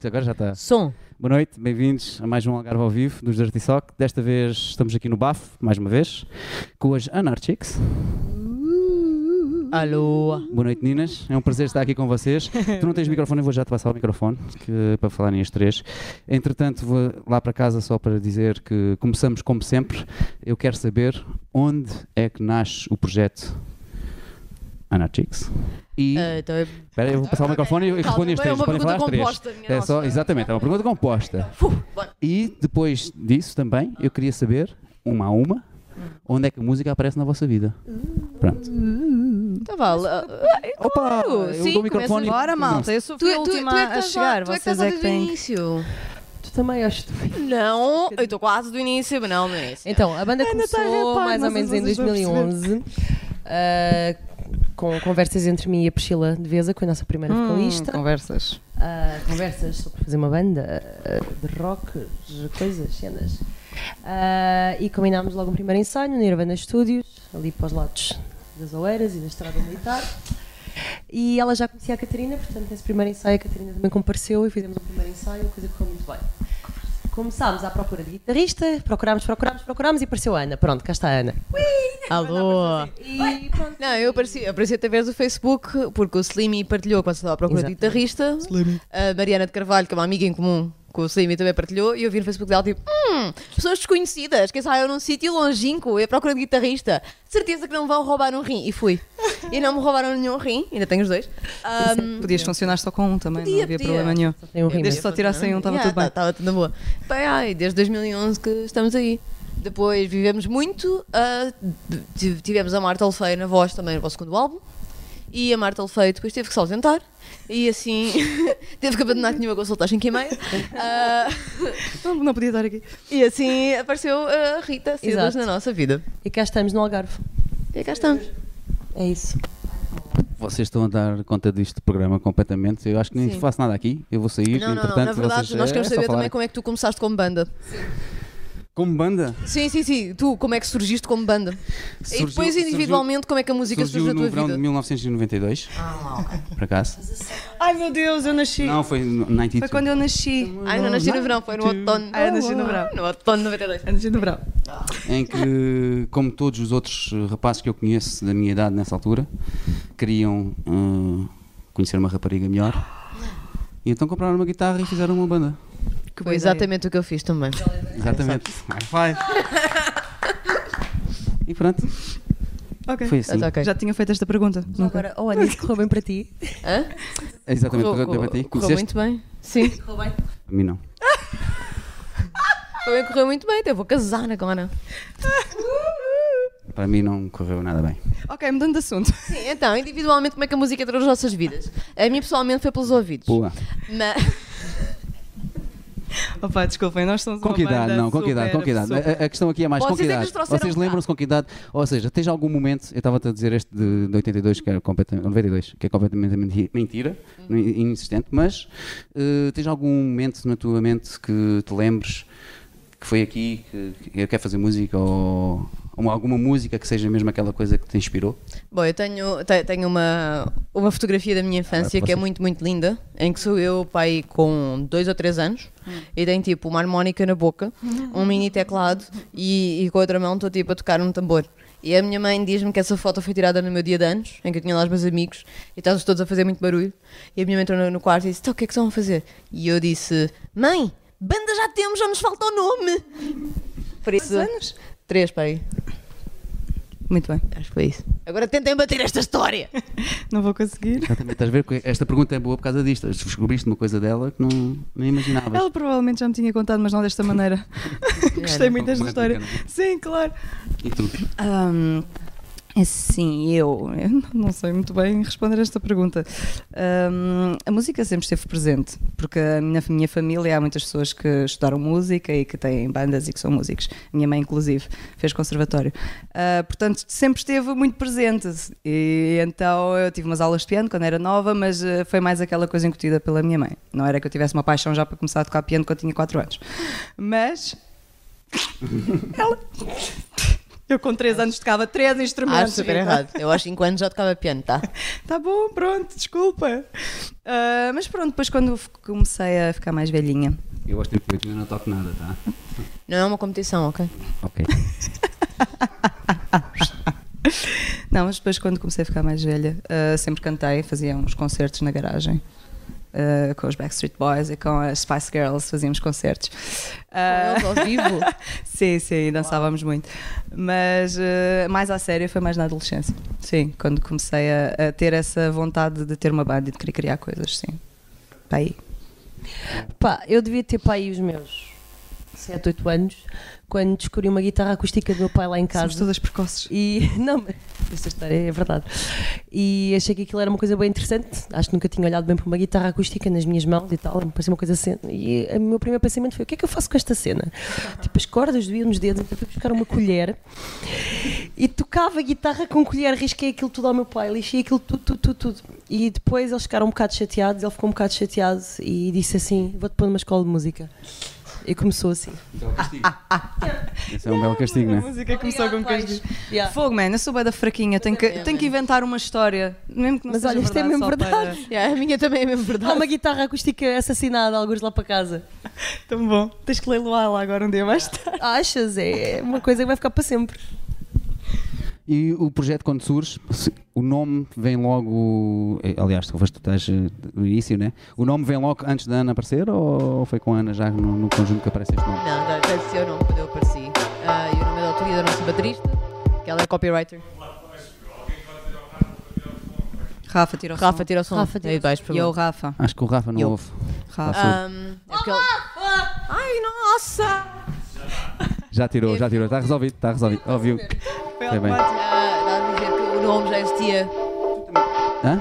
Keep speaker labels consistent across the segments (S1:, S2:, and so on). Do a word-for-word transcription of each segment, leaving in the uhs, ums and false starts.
S1: Agora já está.
S2: Som.
S1: Boa noite, bem-vindos a mais um Algarve ao vivo dos Dirty Sock. Desta vez estamos aqui no B A F, mais uma vez, com as Anarchics.
S2: Alô.
S1: Boa noite, meninas. É um prazer estar aqui com vocês. Tu não tens microfone, eu vou já te passar o microfone que, para falarem as três. Entretanto, vou lá para casa só para dizer que começamos como sempre. Eu quero saber onde é que nasce o projeto Anarchics. E...
S2: Uh, então é...
S1: Espera aí, eu vou passar o microfone e respondo as três. Podem falar as três. É só, exatamente, é uma pergunta composta.
S2: Uh,
S1: e depois disso também, eu queria saber, uma a uma, onde é que a música aparece na vossa vida. Pronto.
S2: Tá vale.
S1: Opa, eu
S2: sim,
S1: dou o microfone.
S3: Bora, malta, eu sou
S2: Tu,
S3: a
S2: tu,
S3: última
S2: tu é que
S3: a
S2: estás
S3: chegar,
S2: lá, tu é que
S3: vocês
S2: estás lá
S3: é que
S2: desde o
S3: têm...
S2: início.
S3: Tu também, acho que tu...
S2: Não, eu estou quase do início, mas não no início.
S3: Então, a banda
S2: Ainda
S3: começou
S2: tá a repar,
S3: mais
S2: não
S3: ou
S2: sei
S3: menos
S2: se
S3: em
S2: vocês
S3: dois mil e onze, uh, com conversas entre mim e a Priscila de Veza, com a nossa primeira
S4: hum,
S3: vocalista.
S4: Conversas.
S3: Uh, conversas sobre fazer uma banda uh, de rock, coisas, cenas. Uh, e combinámos logo um primeiro ensaio no Nirvana Studios, ali para os lados das Oeiras e da Estrada Militar. E ela já conhecia a Catarina, portanto nesse primeiro ensaio a Catarina também compareceu e fizemos um primeiro ensaio, a coisa correu muito bem. Começámos à procura de guitarrista, procurámos, procurámos, procurámos e apareceu a Ana. Pronto, cá está a Ana. Ui,
S2: alô!
S3: E pronto.
S2: Não, eu apareci, apareci através do Facebook, porque o Slimy partilhou quando estava à procura de guitarrista. Slimy. A Mariana de Carvalho, que é uma amiga em comum com o Slimy, também partilhou. E eu vi no Facebook dela tipo, hum, pessoas desconhecidas, quem sabe eu num sítio longínquo, é à procura de guitarrista. Certeza que não vão roubar um rim. E fui. E não me roubaram nenhum rim, ainda tenho os dois. Um,
S4: Podias funcionar só com um também,
S2: podia,
S4: não havia
S2: podia.
S4: problema nenhum.
S3: Tem um rim.
S4: Desde só tirassem um, estava
S2: yeah,
S4: tudo bem.
S2: Estava tudo na boa. Bem, ai, desde dois mil e onze que estamos aí. Depois vivemos muito, uh, tivemos a Marta Alfeio na voz também no vosso segundo álbum. E a Marta Alfeio depois teve que se ausentar. E assim, teve que abandonar que nenhuma consultagem que meio. Uh,
S4: não, não podia estar aqui.
S2: E assim apareceu a Rita Cedas na nossa vida.
S3: E cá estamos no Algarve.
S2: E cá estamos.
S3: É isso.
S1: Vocês estão a dar conta deste programa completamente. Eu acho que nem
S2: Sim.
S1: faço nada aqui. Eu vou sair.
S2: Não, não,
S1: entretanto,
S2: não. Na verdade,
S1: vocês,
S2: nós queremos
S1: é,
S2: saber
S1: falar.
S2: também como é que tu começaste como banda. Sim.
S1: Como banda?
S2: Sim, sim, sim. Tu, como é que surgiste como banda?
S1: Surgiu,
S2: e depois, individualmente,
S1: surgiu,
S2: como é que a música surgiu na tua
S1: no verão
S2: vida?
S1: de mil novecentos e noventa e dois.
S2: Ah, ok.
S1: Por acaso?
S4: Ai meu Deus, eu nasci.
S1: Não, foi no noventa e dois.
S4: Foi quando eu nasci.
S2: Ai, não nasci no verão, foi no outono.
S4: Ah, eu nasci no verão.
S2: No outono de noventa e dois.
S4: Eu nasci no verão.
S1: Em que, como todos os outros rapazes que eu conheço da minha idade nessa altura, queriam uh, conhecer uma rapariga melhor. E então compraram uma guitarra e fizeram uma banda.
S2: Que foi exatamente o que eu fiz também.
S1: Exatamente. High five. E pronto.
S4: Ok.
S1: Foi assim.
S2: Tá, okay.
S4: Já tinha feito esta pergunta.
S3: Então, agora, oh Ana, isso correu bem para ti?
S2: Hã?
S1: Exatamente.
S2: Correu,
S1: Correu bem para ti.
S2: correu
S1: Conheceste?
S2: muito bem. Sim.
S3: Correu bem?
S1: A mim não.
S2: Também correu muito bem, então eu vou casar agora.
S1: Para mim não correu nada bem.
S4: Ok, mudando de assunto.
S2: Sim, então, individualmente, como é que a música entrou nas nossas vidas? A minha, pessoalmente, foi pelos ouvidos.
S1: Boa.
S2: Mas...
S4: Opa, desculpem, nós somos
S1: Com
S4: uma
S1: que idade?
S4: banda
S1: Não, com que idade?
S4: super,
S1: Com que idade?
S4: super-
S1: A, a questão aqui é mais com que
S2: Vocês é que
S1: idade.
S2: nos trouxeram
S1: Vocês
S2: cá.
S1: lembram-se com que idade? Ou seja, tens algum momento, eu estava-te a dizer este de, de oitenta e dois, que era completamente, noventa e dois, que é completamente menti- mentira,
S2: Uhum.
S1: inexistente, mas uh, tens algum momento na tua mente que te lembres que foi aqui, que, que eu quero fazer música, ou uma, alguma música que seja mesmo aquela coisa que te inspirou?
S2: Bom, eu tenho, te- tenho uma, uma fotografia da minha infância
S1: Ah,
S2: que é
S1: você-
S2: muito, muito linda, em que sou eu, pai, com dois ou três anos, e tenho tipo uma harmónica na boca, um mini teclado, e, e com a outra mão estou tipo a tocar um tambor. E a minha mãe diz-me que essa foto foi tirada no meu dia de anos, em que eu tinha lá os meus amigos, e estávamos todos a fazer muito barulho, e a minha mãe entrou no, no quarto e disse, então o que é que estão a fazer? E eu disse, mãe, banda já temos, já nos falta o nome. Por isso,
S4: Quantos anos?
S2: Três, pai.
S4: Muito bem,
S2: Acho que foi isso. Agora tentem bater esta história.
S4: não vou conseguir.
S1: Exatamente, estás a ver? que Esta pergunta é boa por causa disto. Descobriste uma coisa dela que não, nem imaginavas.
S4: Ela provavelmente já me tinha contado, mas não desta maneira. Gostei muito desta história.
S1: Romântica,
S4: Sim, claro.
S1: E tu?
S4: Um, sim, eu, eu não sei muito bem responder a esta pergunta. Um, a música sempre esteve presente, porque na minha família há muitas pessoas que estudaram música e que têm bandas e que são músicos. Minha mãe, inclusive, fez conservatório. Uh, portanto, sempre esteve muito presente. E então eu tive umas aulas de piano quando era nova, mas uh, foi mais aquela coisa incutida pela minha mãe. Não era que eu tivesse uma paixão já para começar a tocar piano quando eu tinha quatro anos. Mas ela... Eu com três anos tocava três instrumentos.
S2: Acho super
S4: Rita.
S2: errado. Eu aos cinco anos já tocava piano, tá?
S4: Tá bom, pronto, desculpa. Ah, mas pronto, depois quando f- comecei a ficar mais velhinha.
S1: Eu aos trinta e oito ainda não toco nada, tá?
S2: Não é uma competição, ok?
S1: Ok.
S4: Não, mas depois quando comecei a ficar mais velha, ah, sempre cantei, fazia uns concertos na garagem. ah, com os Backstreet Boys e com as Spice Girls fazíamos concertos. Ah,
S2: Com eles ao vivo.
S4: sim, sim, dançávamos muito. Mas ah, mais à sério foi mais na adolescência. Sim, quando comecei a, a ter essa vontade de ter uma banda e de querer criar coisas, sim. Para aí.
S3: Pá, eu devia ter para aí os meus sete, oito anos, quando descobri uma guitarra acústica do meu pai lá em casa.
S4: Somos todas precoces.
S3: E, não, mas esta história é verdade. E achei que aquilo era uma coisa bem interessante. Acho que nunca tinha olhado bem para uma guitarra acústica nas minhas mãos e tal. Me parecia uma coisa assim. E o meu primeiro pensamento foi: o que é que eu faço com esta cena? Tipo, as cordas doíam nos dedos, então fui buscar uma colher e tocava guitarra com colher. Risquei aquilo tudo ao meu pai, lixei aquilo tudo, tudo, tudo, tudo. E depois eles ficaram um bocado chateados. Ele ficou um bocado chateado e disse assim: vou-te pôr numa escola de música. E começou assim.
S1: Esse é um belo castigo, não
S4: A
S1: é?
S4: música começou com castigo.
S3: Yeah.
S4: Fogo, man, eu sou bué da fraquinha, tenho que,
S2: também,
S4: tenho que
S2: man.
S4: inventar uma história. Mesmo que não
S3: Mas
S4: seja
S3: olha, isto é mesmo
S4: só
S3: verdade.
S2: Yeah, a minha também é mesmo
S3: Há
S2: verdade.
S3: uma guitarra acústica assassinada, alguns lá para casa.
S4: Para... Tão bom. Tens que leiloá-la agora um dia mais tarde.
S3: Achas? É uma coisa que vai ficar para sempre.
S1: E o projeto, quando surge, se- o nome vem logo. eh, Aliás, tu foste tu estás eh, no início, né? O nome vem logo antes da Ana aparecer ou foi com a Ana já no, no conjunto que aparece este nome?
S2: Não, já, já existia o nome quando eu apareci. Ah, e o nome é da autoria da nossa baterista, que ela é copywriter.
S4: Rafa, tira o som.
S2: Rafa, tira o som.
S3: Rafa, tira
S2: Aí
S3: o
S2: de baixo, por
S4: E eu,
S2: favor.
S4: Rafa.
S1: Acho que o Rafa não
S2: Eu.
S1: ouve.
S4: Rafa.
S2: Ahm, é porque ele... Ai, nossa!
S1: Já tirou, já tirou. Está resolvido, está resolvido. Ouviu?
S4: Foi
S1: Foi bem.
S4: automático.
S2: Ah, dá a dizer que o nome já existia.
S1: Hã?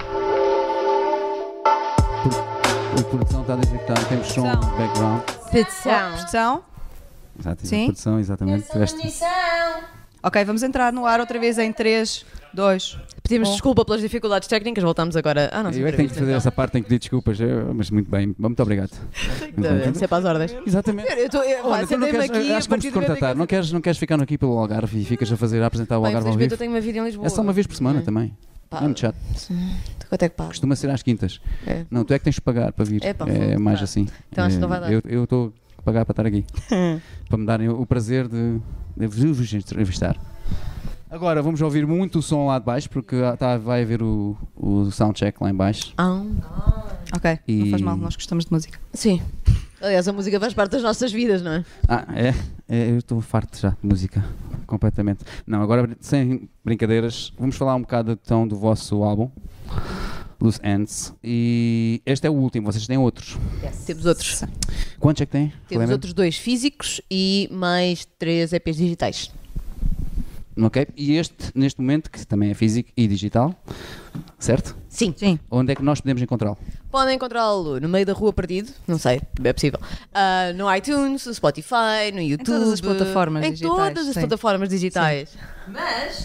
S1: Por- A produção está a dizer que está, temos som
S4: Produção.
S1: de background.
S2: Petição.
S4: Produção.
S1: Exato,
S4: Sim.
S1: a produção, exatamente. Tiveste-
S4: Ok, vamos entrar no ar outra vez em três, dois.
S2: Pedimos
S4: Bom.
S2: desculpa pelas dificuldades técnicas, voltamos agora à nossa
S1: Eu é que tenho que fazer
S2: entrevista,
S1: essa parte, tenho que pedir desculpas, eu- mas muito bem, muito obrigado. Muito
S2: então.
S1: bem.
S2: Deve ser para as ordens.
S1: Exatamente.
S2: Eu estou... Eu,
S1: Olha, tu não
S2: sentei-me
S1: queres,
S2: aqui,
S1: acho que
S2: a
S1: vamos
S2: partir
S1: te
S2: do momento em que
S1: contratar.
S2: eu-
S1: Não queres, não queres ficar aqui pelo Algarve e ficas a fazer a apresentar o
S2: Bem,
S1: Algarve ao
S2: infelizmente
S1: vivo?
S2: eu tenho uma vida em Lisboa.
S1: É só uma vez por semana
S2: Hum.
S1: também.
S2: Pá,
S1: Não é muito chato.
S2: Quanto é que pago?
S1: Costuma ser às quintas.
S2: É.
S1: Não, tu é que tens de pagar para vir.
S2: É, pá,
S1: É
S2: fogo,
S1: mais
S2: tá.
S1: assim.
S2: Então acho que não vai
S1: É,
S2: dar.
S1: Eu eu estou a pagar para estar aqui. Para me darem o prazer de, de vos entrevistar. Agora vamos ouvir muito o som lá de baixo, porque tá, vai haver o, o soundcheck lá em baixo.
S2: Ah,
S4: Ok,
S1: E-
S4: não faz mal, nós gostamos de música.
S2: sim. Aliás, a música faz parte das nossas vidas, não é?
S1: Ah, é? É, eu estou farto já de música, completamente. Não, agora sem brincadeiras, vamos falar um bocado então do vosso álbum, Loose Ends. E este é o último, vocês têm outros.
S2: Temos outros.
S1: Quantos é que têm?
S2: Temos
S1: Lembra?
S2: outros dois físicos e mais três E Ps digitais.
S1: Ok, e este, neste momento, que também é físico e digital, certo?
S2: Sim.
S4: Sim.
S1: Onde é que nós podemos encontrá-lo?
S2: Podem encontrá-lo no meio da rua perdido, não sei, é possível. Ah, no iTunes, no Spotify, no YouTube.
S4: todas as plataformas
S2: em
S4: digitais,
S2: todas as
S4: sim.
S2: plataformas digitais.
S3: Mas,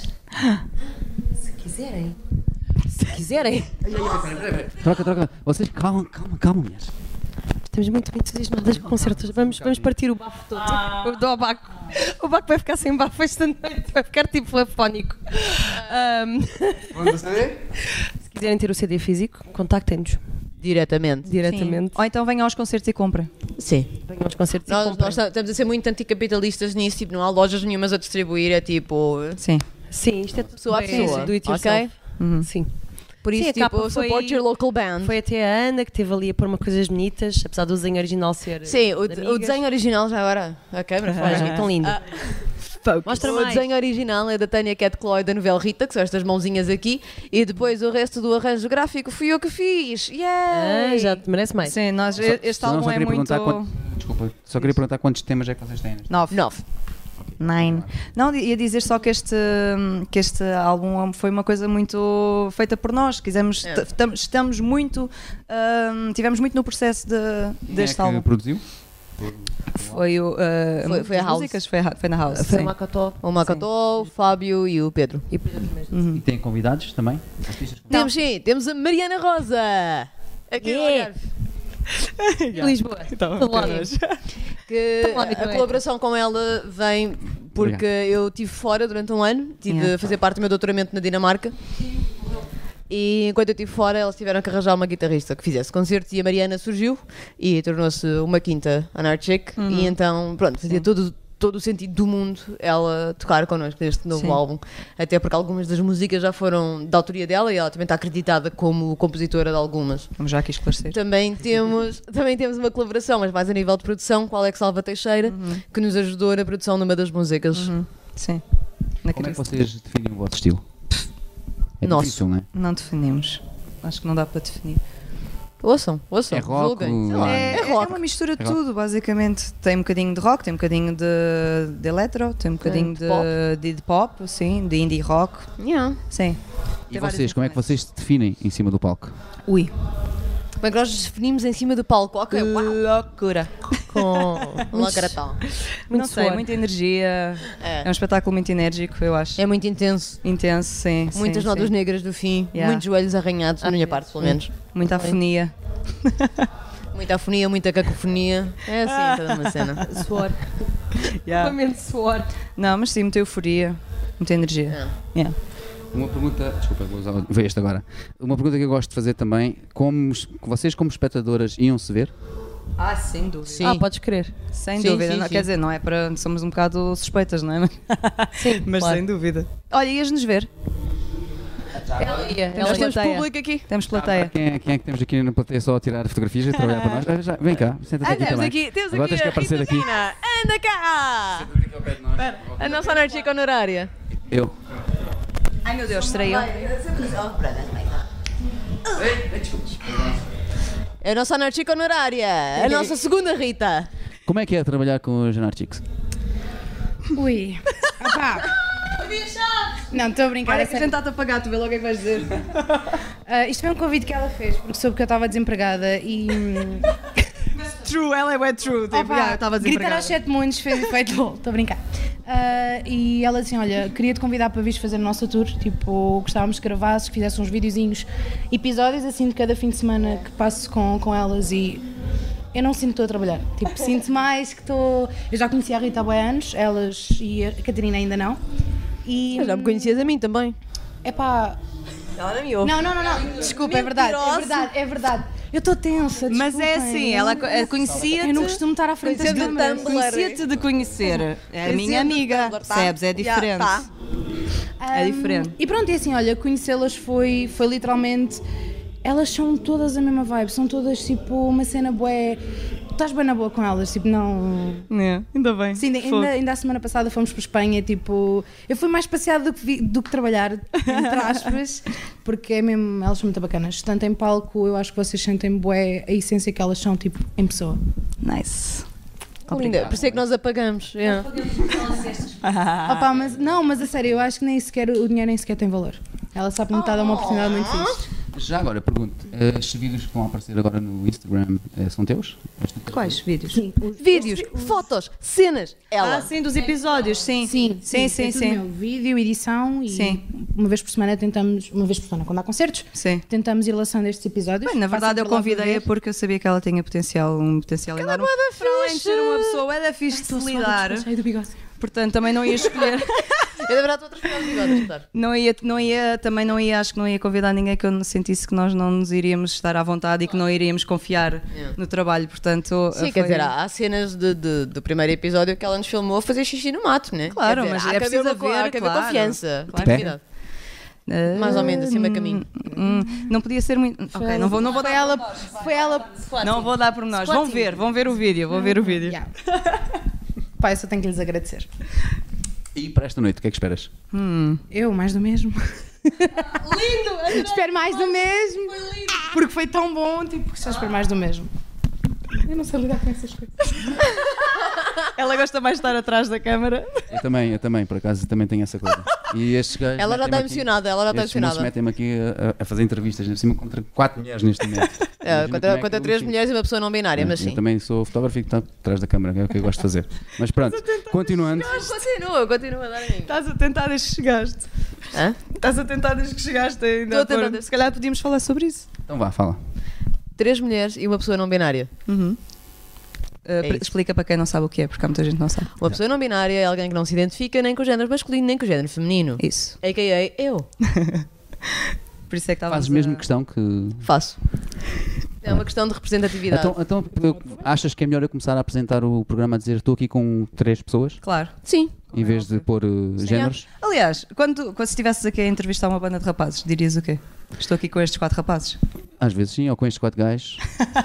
S3: se quiserem, se quiserem,
S1: Troca, troca. Vocês, calma, calma, calma, mulheres.
S3: estamos muito entusiasmadas com concertos. Vamos, vamos partir o bafo todo. O do Abaco. O Baco vai ficar sem bafo esta noite, vai ficar tipo afónico. Ahm, se quiserem ter o C D físico, contactem-nos
S2: Diretamente.
S3: diretamente.
S4: Ou então venham aos concertos e comprem.
S2: Sim.
S3: Venham aos concertos e
S2: Nós,
S3: comprem.
S2: nós estamos a ser muito anticapitalistas nisso, tipo, não há lojas nenhumas a distribuir, é tipo,
S4: Sim.
S3: Sim, isto é tudo
S2: pessoa a
S3: bem
S2: pessoa,
S3: do it
S2: ok?
S3: yourself.
S4: Uhum.
S3: Sim.
S2: Por
S3: Sim,
S2: isso,
S3: a
S2: tipo,
S3: capa foi-
S2: support your local band.
S3: Foi até a Ana que esteve ali a pôr uma coisas bonitas, apesar do desenho original ser.
S2: Sim, o,
S3: de
S2: o
S3: amigas.
S2: desenho original já agora, a câmera
S3: Olha,
S2: faz.
S3: é tão lindo.
S2: Ah,
S3: Mostra
S2: o
S3: mais.
S2: desenho original é da Tânia Cat Chloe da novela Rita, que são estas mãozinhas aqui, e depois o resto do arranjo gráfico fui eu que fiz.
S3: Ah,
S2: Yay!
S3: já te merece mais.
S4: Sim, nós, este
S1: Só- não,
S4: álbum
S1: só
S4: é
S1: queria
S4: muito...
S1: perguntar quanto- Desculpa, só queria perguntar quantos temas é que vocês têm. neste?
S4: Nove.
S2: Nove.
S4: Nine. Não, ia dizer só que este, que este álbum foi uma coisa muito feita por nós. Quisemos,
S2: É.
S4: t- tam- estamos muito, ahm, tivemos muito no processo de,
S1: Quem
S4: deste
S1: é que
S4: álbum.
S1: produziu?
S4: Foi, o, ah,
S2: Foi- foi a
S4: as
S2: House.
S4: músicas, foi, a, foi na House.
S3: Foi
S4: sim.
S3: o Macató.
S2: O Macató, o Fábio e o Pedro.
S3: E Pedro mesmo.
S4: Uhum.
S1: E têm convidados também? Artistas?
S2: Temos sim, temos a Mariana Rosa. Aqui no
S3: Yeah.
S2: Algarve.
S3: Lisboa. Todo lado.
S2: Que
S3: Então, lá,
S2: a
S3: Vitor.
S2: colaboração com ela vem Porque
S1: Obrigado.
S2: eu estive fora durante um ano, tive
S4: Yeah.
S2: a fazer parte do meu doutoramento na Dinamarca. E enquanto eu estive fora, eles tiveram que arranjar uma guitarrista que fizesse concertos e a Mariana surgiu e tornou-se uma quinta anarchic.
S4: Uhum.
S2: E então, pronto, fazia todo, todo o sentido do mundo ela tocar connosco neste novo
S4: Sim.
S2: álbum. Até porque algumas das músicas já foram da autoria dela e ela também está acreditada como compositora de algumas.
S4: Vamos já aqui esclarecer.
S2: Também temos, também temos uma colaboração, mas mais a nível de produção, com o Alex Alva Teixeira, que nos ajudou na produção de uma das músicas.
S4: Uhum. Sim. Na
S1: Como é que
S4: criação.
S1: vocês definem o vosso estilo? É
S2: Nosso.
S1: difícil, não é?
S4: Não definimos. Acho que não dá para definir.
S2: Ouçam, ouçam.
S1: É rock,
S2: julguem. Sei lá,
S1: é-
S2: é,
S4: É, é
S2: rock.
S4: uma mistura de
S1: É rock.
S4: tudo, basicamente. Tem um bocadinho de rock, tem um bocadinho de, de electro, tem um bocadinho
S2: de
S4: de,
S2: pop.
S4: de, de pop, sim, de indie rock.
S2: Yeah.
S4: Sim.
S1: E
S4: Tem várias
S1: vocês, como é que vocês se definem em cima do palco?
S4: Ui.
S2: Como é que nós nos definimos em cima do palco? Ok, uau.
S4: Loucura.
S2: Com lacratão.
S3: Muito
S4: Não sei,
S3: suor.
S4: muita energia.
S2: É.
S4: É um espetáculo muito enérgico, eu acho.
S2: É muito intenso.
S4: Intenso, sim.
S2: Muitas
S4: sim,
S2: notas
S4: sim.
S2: negras do fim,
S4: Yeah.
S2: muitos joelhos arranhados, da minha parte, pelo menos.
S4: Muita afonia.
S2: Muita afonia, muita cacofonia. É assim, toda uma cena.
S3: Suor.
S4: Yeah.
S3: Realmente suor.
S4: Não, mas sim, muita euforia, muita energia.
S2: É.
S4: Yeah.
S1: Uma pergunta, desculpa, vou usar vou este agora. Uma pergunta que eu gosto de fazer também, como es- vocês como espectadoras iam se ver?
S4: Ah, sem dúvida.
S2: Sim.
S3: Ah, podes crer.
S4: Sem
S2: Sim,
S4: dúvida.
S2: sim,
S4: Não,
S2: sim.
S4: quer dizer, não é para. Somos um bocado suspeitas, não é?
S3: Sim,
S4: Mas
S3: claro.
S4: sem dúvida. Olha, ias-nos ver?
S3: Ela ia, ela
S2: Nós
S3: ia.
S2: temos
S4: plateia.
S2: público aqui.
S4: Temos plateia.
S1: Quem é, quem é que temos aqui na plateia só a tirar fotografias e a trabalhar para nós? Ah, já, vem cá, senta-te aqui também.
S2: temos
S1: Agora tens que aparecer aqui.
S2: Anda cá! A nossa anarchica honorária.
S1: Eu.
S4: Ai meu Deus, serei eu?
S2: É a nossa anarchica honorária. A nossa segunda Rita.
S1: Como é que é trabalhar com os Anarchics?
S5: Ui. Opá. Não, estou a brincar.
S4: Olha
S5: é
S4: que a
S5: sério.
S4: gente está a pagar, tu vê logo o que é que vais dizer.
S5: Ah, isto foi um convite que ela fez, porque soube que eu estava desempregada e. hum,
S4: True, ela é bem true. Tipo,
S5: Opa,
S4: yeah, eu estava
S5: gritar
S4: desempregada.
S5: aos sete mundos fez efeito LOL, estou a brincar. Ah, e ela assim, olha, queria-te convidar para vires fazer a nossa tour, tipo, gostávamos que gravasses, que fizesse uns videozinhos, episódios assim de cada fim de semana que passo com, com elas e eu não sinto que estou a trabalhar, tipo, sinto mais que estou... Eu já conheci a Rita há bué anos, elas e a Catarina ainda não. E,
S2: Já me conhecias a mim também.
S5: é pá,
S2: Ela não me ouve.
S5: não, não, não, não, desculpa, é verdade, é
S2: Mentirosa.
S5: verdade, é verdade. Eu estou tensa,
S4: Mas é
S5: desculpem.
S4: assim, ela co- eh, conhecia-te.
S5: Eu não costumo estar à frente das
S2: Conhecia-te de
S5: câmaras.
S2: Tumblr.
S4: Conhecia-te de conhecer. É a
S2: Conhecia-te
S4: minha
S2: de
S4: amiga.
S2: Tumblr, tá?
S4: Percebes? É
S2: Já,
S4: diferente.
S2: tá.
S4: É
S5: Um,
S4: diferente.
S5: E pronto, é assim, olha, conhecê-las foi, foi literalmente. Elas são todas a mesma vibe, são todas tipo uma cena bué. Estás bem na boa com elas, tipo, não.
S4: É, ainda bem.
S5: Sim,
S4: Fogo.
S5: ainda, ainda a semana passada fomos para a Espanha, tipo. Eu fui mais passeada do que, vi- do que trabalhar, entre aspas, porque é mesmo. Elas são muito bacanas. Tanto em palco, eu acho que vocês sentem bué a essência que elas são, tipo, em pessoa.
S4: Nice.
S2: Linda, por isso é que nós apagamos. É.
S5: Opa, mas, não, mas a sério, eu acho que nem sequer o dinheiro nem sequer tem valor. Ela sabe que me está a dar uma oportunidade muito fixe.
S1: Já agora, pergunto, eh, estes vídeos que estão a aparecer agora no Instagram eh, são teus?
S4: Quais vídeos?
S5: Sim,
S2: Vídeos, fotos, cenas. Ela.
S4: Ah, sim, dos episódios, sim.
S5: Sim,
S4: sim, sim.
S5: é tudo
S4: sim.
S5: meu. Vídeo, edição e
S4: Sim.
S5: uma vez por semana tentamos, uma vez por semana quando há concertos,
S4: Sim.
S5: tentamos ir lançando estes episódios.
S4: Bem, na
S5: Passem
S4: verdade eu
S5: por lá para
S4: convidei-a
S5: ver.
S4: porque eu sabia que ela tinha potencial, um potencial enorme. Para além de ser uma pessoa é da fixe de
S5: Estou
S4: se
S5: suada,
S4: lidar,
S5: estou cheia do bigode.
S4: portanto também não ia escolher,
S2: Eu, na verdade, estou a transformar os bigodes, escutar.
S4: não ia, não ia, também não ia, acho que não ia convidar ninguém que eu sentisse que nós não nos iríamos estar à vontade e que não iríamos confiar
S2: Yeah.
S4: no trabalho, portanto...
S2: Sim,
S4: foi-
S2: quer dizer, há, há cenas de, de- do primeiro episódio que ela nos filmou a fazer xixi no mato, né?
S4: Claro,
S2: Quer dizer,
S4: mas
S2: há
S4: é
S2: que haver
S4: preciso
S2: uma co-
S4: haver,
S2: há que haver
S4: claro.
S2: confiança,
S4: Claro.
S2: intimidade.
S4: Ah,
S2: Mais ou menos, assim, meio caminho.
S4: hum, não podia ser muito... Ok, não vou, não vou
S5: Foi
S4: dar...
S5: ela, foi ela.
S4: Não vou dar por nós. Vão ver, vão ver o vídeo, vão ver o vídeo.
S5: Yeah. Pá, eu só tenho que lhes agradecer.
S1: E para esta noite, o que é que esperas?
S4: Hum.
S5: Eu, mais do mesmo. Lindo! Espero mais do mesmo. Porque foi tão bom, tipo, que só espero mais do mesmo. Eu não sei lidar com essas coisas.
S4: Ela gosta mais de estar atrás da câmara.
S1: Eu também, eu também, por acaso, também tenho essa coisa. E estes gajos
S2: Ela já está
S1: metem-me aqui-
S2: emocionada, ela já está
S1: estes moços
S2: emocionada.
S1: metem-me aqui a, a fazer entrevistas, em cima contra quatro mulheres neste momento.
S2: É,
S1: Imagina
S2: contra,
S1: como é que
S2: contra
S1: eu
S2: três
S1: sinto.
S2: mulheres e uma pessoa não binária, mas
S1: Eu
S2: sim.
S1: também sou fotógrafo e que está atrás da câmara, que é o que eu gosto de fazer. Mas pronto, continuando.
S2: Continua, continua a dar a mim.
S4: Estás a tentar desde que chegaste.
S2: Hã?
S4: Estás a tentar desde que chegaste ainda.
S2: Estou a tentar
S4: pôr-
S2: desde-
S4: Se calhar podíamos falar sobre isso.
S1: Então vá, fala.
S2: Três mulheres e uma pessoa não binária.
S4: Uhum. Uh,
S2: É isso.
S4: explica para quem não sabe o que é, porque há muita gente que não sabe.
S2: Uma pessoa não binária é alguém que não se identifica nem com o género masculino nem com o género feminino.
S4: Isso.
S2: A K A eu.
S4: Por isso é que estávamos
S1: Fazes mesmo
S4: a...
S1: questão que.
S2: Faço. É uma questão de representatividade.
S1: Então, então eu- achas que é melhor eu começar a apresentar o programa a dizer estou aqui com três pessoas,
S4: Claro.
S2: Sim.
S1: em vez de pôr uh, géneros?
S4: Aliás, quando, quando estivesses aqui a entrevistar uma banda de rapazes, dirias o quê? Estou aqui com estes quatro rapazes.
S1: Às vezes sim, ou com estes quatro gajos.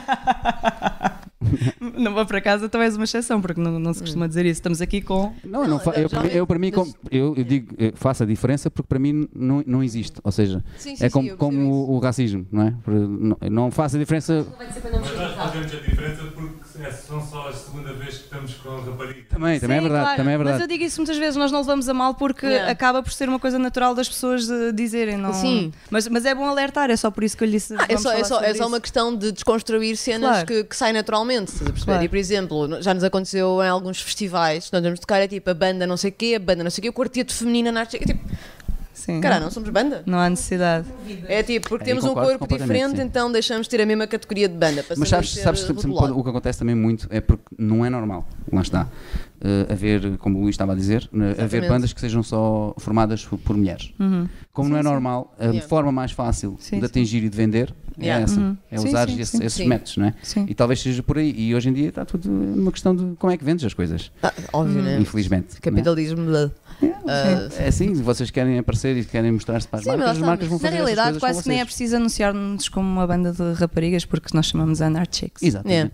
S4: Não vou para casa, então és uma exceção, porque não, não se costuma dizer isso. Estamos aqui com...
S1: Não, eu, não fa- eu, para mim- eu para mim, com- eu, eu digo, eu faço a diferença porque para mim não, não existe. Ou seja,
S2: Sim, sim,
S1: é
S2: sim,
S1: como,
S2: eu
S1: como
S2: percebo
S1: o, o racismo, não é? Por- Não, não faço a diferença.
S6: Mas nós fazemos a diferença porque é- são só a segunda vez que estamos com rapariga.
S1: Também, também é
S4: Sim,
S1: verdade.
S4: claro,
S1: Também é
S4: Mas eu
S1: verdade.
S4: digo isso muitas vezes, nós não levamos a mal porque
S2: Yeah.
S4: acaba por ser uma coisa natural das pessoas eh, dizerem. Não...
S2: Sim.
S4: Mas, mas é bom alertar, é só por isso que eu lhe disse.
S2: Ah, é,
S4: vamos
S2: só, é,
S4: falar
S2: só,
S4: sobre
S2: é só
S4: isso.
S2: uma questão de desconstruir cenas
S4: Claro.
S2: que, que saem naturalmente, estás a perceber?
S4: Claro.
S2: E, por exemplo, já nos aconteceu em alguns festivais, nós vamos tocar, é tipo a banda não sei o quê, a banda não sei o quê, o quarteto feminino na arte. É tipo,
S4: Sim.
S2: cara, não somos banda?
S4: Não há necessidade.
S2: É tipo, porque
S1: Aí
S2: temos um
S1: concordo
S2: corpo
S1: completamente,
S2: diferente,
S1: sim.
S2: então deixamos de ter a mesma categoria de banda. Passamos
S1: Mas sabes,
S2: a ser
S1: sabes sempre
S2: rotulado.
S1: o que acontece também muito é porque não é normal, lá está, uh, haver, como o Luís estava a dizer, uh, haver
S2: Exatamente.
S1: bandas que sejam só formadas por, por mulheres.
S4: Uhum.
S1: Como não é normal, a
S2: Yeah.
S1: forma mais fácil
S4: Sim,
S1: de
S4: sim.
S1: atingir e de vender
S2: Yeah.
S1: é essa,
S4: Uhum.
S1: é
S4: Sim,
S1: usar
S4: sim,
S1: esse-
S4: sim.
S1: esses
S2: Sim.
S1: métodos, não é?
S4: Sim.
S1: E talvez seja por aí, e hoje em dia está tudo numa questão de como é que vendes as coisas,
S2: Ah, óbvio, né?
S1: infelizmente. não é?
S2: Capitalismo. blá. Ah,
S1: É assim, se vocês querem aparecer e querem mostrar-se para as
S2: Sim, mas
S1: marcas,
S2: lá
S1: as marcas
S2: está.
S1: vão
S4: Na
S1: fazer essas
S4: realidade,
S1: coisas
S4: quase
S1: com
S4: que nem é
S1: vocês.
S4: preciso anunciar-nos como uma banda de raparigas, porque nós chamamos Anar Chicks.
S1: Exatamente.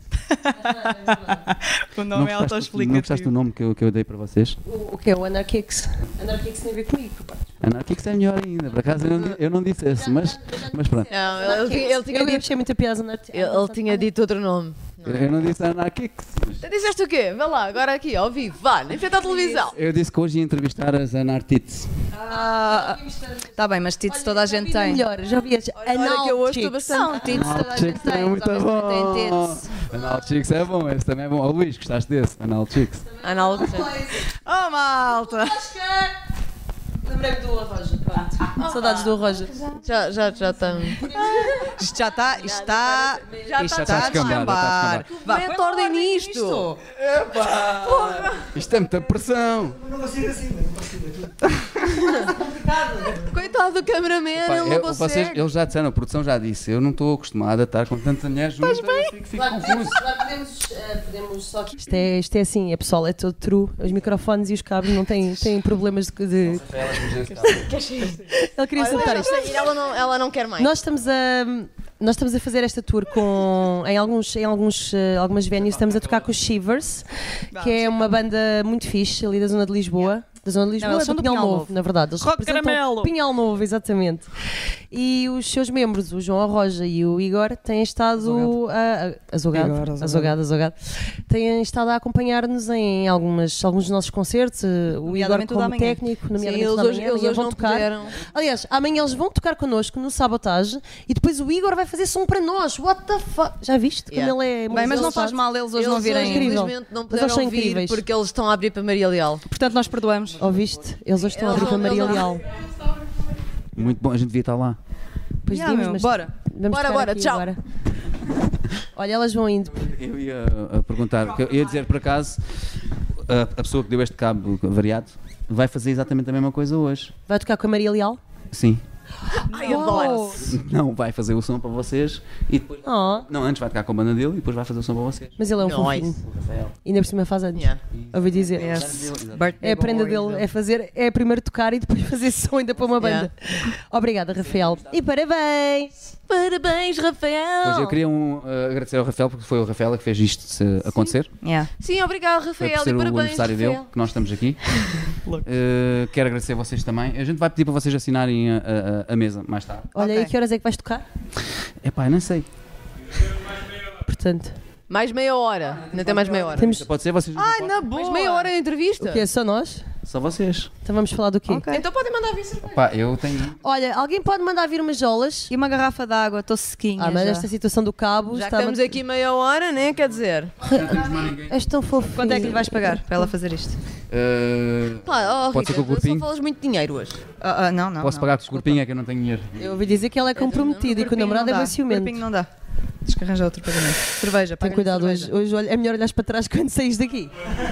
S4: O
S1: Não
S4: nome é
S1: gostaste, não gostaste do nome que eu, que eu dei para vocês?
S3: O, o que é o Anarchix? Anarchix tem a ver comigo, pá.
S1: Anarquix é melhor ainda, por acaso eu não, eu não disse esse, mas, mas pronto.
S2: não, ele, tinha- ele tinha
S3: Eu
S2: dito,
S3: achei muita piada Anarchix.
S2: ele, ele tinha dito outro nome.
S1: Eu, eu não disse Anarquix.
S2: Tu disseste o quê? Vê lá, agora aqui, ao vivo, vá, nem frente à televisão.
S1: Eu disse que hoje ia entrevistar as Anartits.
S4: Ah, tá bem, mas tits toda a gente tem.
S3: Melhor, já vi as
S2: Olha que eu hoje estou
S3: Analchix.
S2: bastante.
S4: São tits toda a gente
S1: Analchicks
S4: tem.
S1: é muito
S4: Os homens também
S1: bom.
S4: têm tits.
S1: Analchicks é bom, esse também é bom. Ó Luís, gostaste desse? Analchicks.
S2: Anal.
S4: Oh, malta!
S3: Lembrei-me do Arroja, pronto. Saudades do Arroja.
S2: Já, já, já estamos.
S4: Isto já está. Isto está.
S2: Já
S1: Isto já
S2: está
S1: está a descambar, já está a
S4: Vá,
S2: Mete
S4: põe lá
S2: ordem nisto.
S1: Isto é muita pressão.
S2: Coitado do cameraman,
S1: Pá,
S2: ele não
S1: eu-
S2: consegue.
S1: vocês, eles já disseram, a produção já disse, eu não estou acostumado a estar com tanta mulher junta, eu fico, fico confuso.
S3: podemos, eh, podemos só que isto é, isto é assim, é pessoal, é todo true. Os microfones e os cabos não têm, têm problemas de. de... Ele queria
S2: Olha,
S3: soltar
S2: já
S3: isto.
S2: sei, ela, não, ela não quer mais.
S3: Nós estamos a. Nós estamos a fazer esta tour com, em, alguns, em alguns, eh, algumas venues, estamos a tocar com os Shivers, que é uma banda muito fixe ali da zona de Lisboa. Da zona de Lisboa,
S4: eles são
S3: do
S4: do
S3: Pinhal
S4: Pinhal
S3: Novo,
S4: Novo.
S3: na verdade. Eles
S4: Rock
S3: representam
S4: Caramelo.
S3: Pinhal Novo, exatamente. E os seus membros, o João Arroja e o Igor, têm estado a, a, azogado,
S4: Igor, azogado.
S3: azogado, azogado, têm estado a acompanhar-nos em algumas, alguns dos nossos concertos. eh, O Igor
S4: Nomeadamente o da
S3: como
S4: manhã.
S3: técnico,
S2: Sim,
S3: nomeadamente
S2: eles
S3: o da
S2: hoje,
S3: manhã,
S2: eles
S3: amanhã
S2: hoje
S3: vão
S2: não
S3: tocar.
S2: puderam.
S3: Aliás, amanhã eles vão tocar connosco no Sabotage e depois o Igor vai fazer som para nós. What the fuck? Já viste?
S2: Yeah.
S3: Como ele é
S4: Bem, mas não faz
S3: exaltado?
S4: mal eles hoje
S2: Eles
S4: não
S2: hoje,
S4: virem.
S3: Incrível.
S2: infelizmente, não
S3: Mas eles
S2: puderam
S3: são
S2: ouvir
S3: incríveis.
S2: porque eles estão a abrir para Maria Leal.
S4: Portanto, nós perdoamos.
S3: Ouviste? Eles hoje estão a
S2: Eles
S3: abrir para
S2: não-
S3: Maria
S2: eles não-
S3: Leal.
S1: Muito bom, a gente devia estar lá.
S3: Pois
S4: Yeah,
S3: vimos,
S4: meu,
S3: mas
S4: bora.
S3: vamos
S2: Bora,
S3: tocar
S2: bora,
S3: aqui
S2: tchau.
S3: agora. Olha, elas vão indo.
S1: Eu ia uh, perguntar, que eu ia dizer por acaso, a, a pessoa que deu este cabo variado vai fazer exatamente a mesma coisa hoje.
S3: Vai tocar com a Maria Leal?
S1: Sim.
S2: Ai, adoro.
S1: Não, vai fazer o som para vocês e depois.
S3: Oh,
S1: Não, antes vai tocar com a banda dele e depois vai fazer o som para vocês.
S3: mas ele é um
S2: Nice.
S3: fofinho. Ainda por cima faz anos.
S2: Yeah.
S3: Ouvi dizer.
S4: Yes.
S3: É a prenda dele, é fazer, é primeiro tocar e depois fazer som ainda para uma banda. Obrigada, Rafael. E parabéns!
S2: Parabéns, Rafael.
S1: Pois eu queria um, uh, agradecer ao Rafael porque foi o Rafael que fez isto se acontecer.
S4: Yeah.
S2: Sim, obrigado,
S1: Foi
S2: Rafael.
S1: por ser
S2: E
S1: o
S2: parabéns,
S1: aniversário
S2: Rafael.
S1: dele que nós estamos aqui. Uh, quero agradecer a vocês também. A gente vai pedir para vocês assinarem a, a- a mesa mais tarde.
S3: Olha,
S4: Ok.
S3: e que horas é que vais tocar?
S1: Epá, eu não sei.
S3: Portanto,
S2: Mais meia hora. Ainda tem mais meia hora.
S3: temos.
S1: Pode ser vocês?
S4: Ai, na boa!
S2: Mais meia hora de entrevista.
S3: O quê? Só nós?
S1: Só vocês.
S3: Então vamos falar do quê?
S4: Ok.
S2: Então podem mandar vir cerveja.
S1: Pá, eu tenho.
S3: Olha, alguém pode mandar vir umas jolas?
S4: E uma garrafa de água, estou sequinha.
S3: Ah, mas
S4: já.
S3: esta situação do cabo
S2: Já
S3: está.
S2: que estamos aqui meia hora, né? Quer dizer.
S3: És tão fofinho.
S4: Quanto é que lhe vais pagar para ela fazer isto?
S1: Uh,
S2: Pá, oh,
S1: Pode ser
S2: Rita,
S1: com o corpinho?
S2: só falas muito de dinheiro hoje.
S4: Ah, ah, não, não.
S1: posso
S4: não.
S1: pagar com o corpinho, é que eu não tenho dinheiro.
S3: Eu ouvi dizer que ela é comprometida e que o
S4: Corpinho
S3: namorado é
S4: não
S3: bem
S4: dá.
S3: ciumento.
S4: Corpinho não dá. Tens que arranjar outro pagamento. Cerveja,
S3: Tem
S4: paga-lhe
S3: cuidado
S4: cerveja.
S3: hoje. Hoje olha, é melhor olhares para trás quando saís daqui.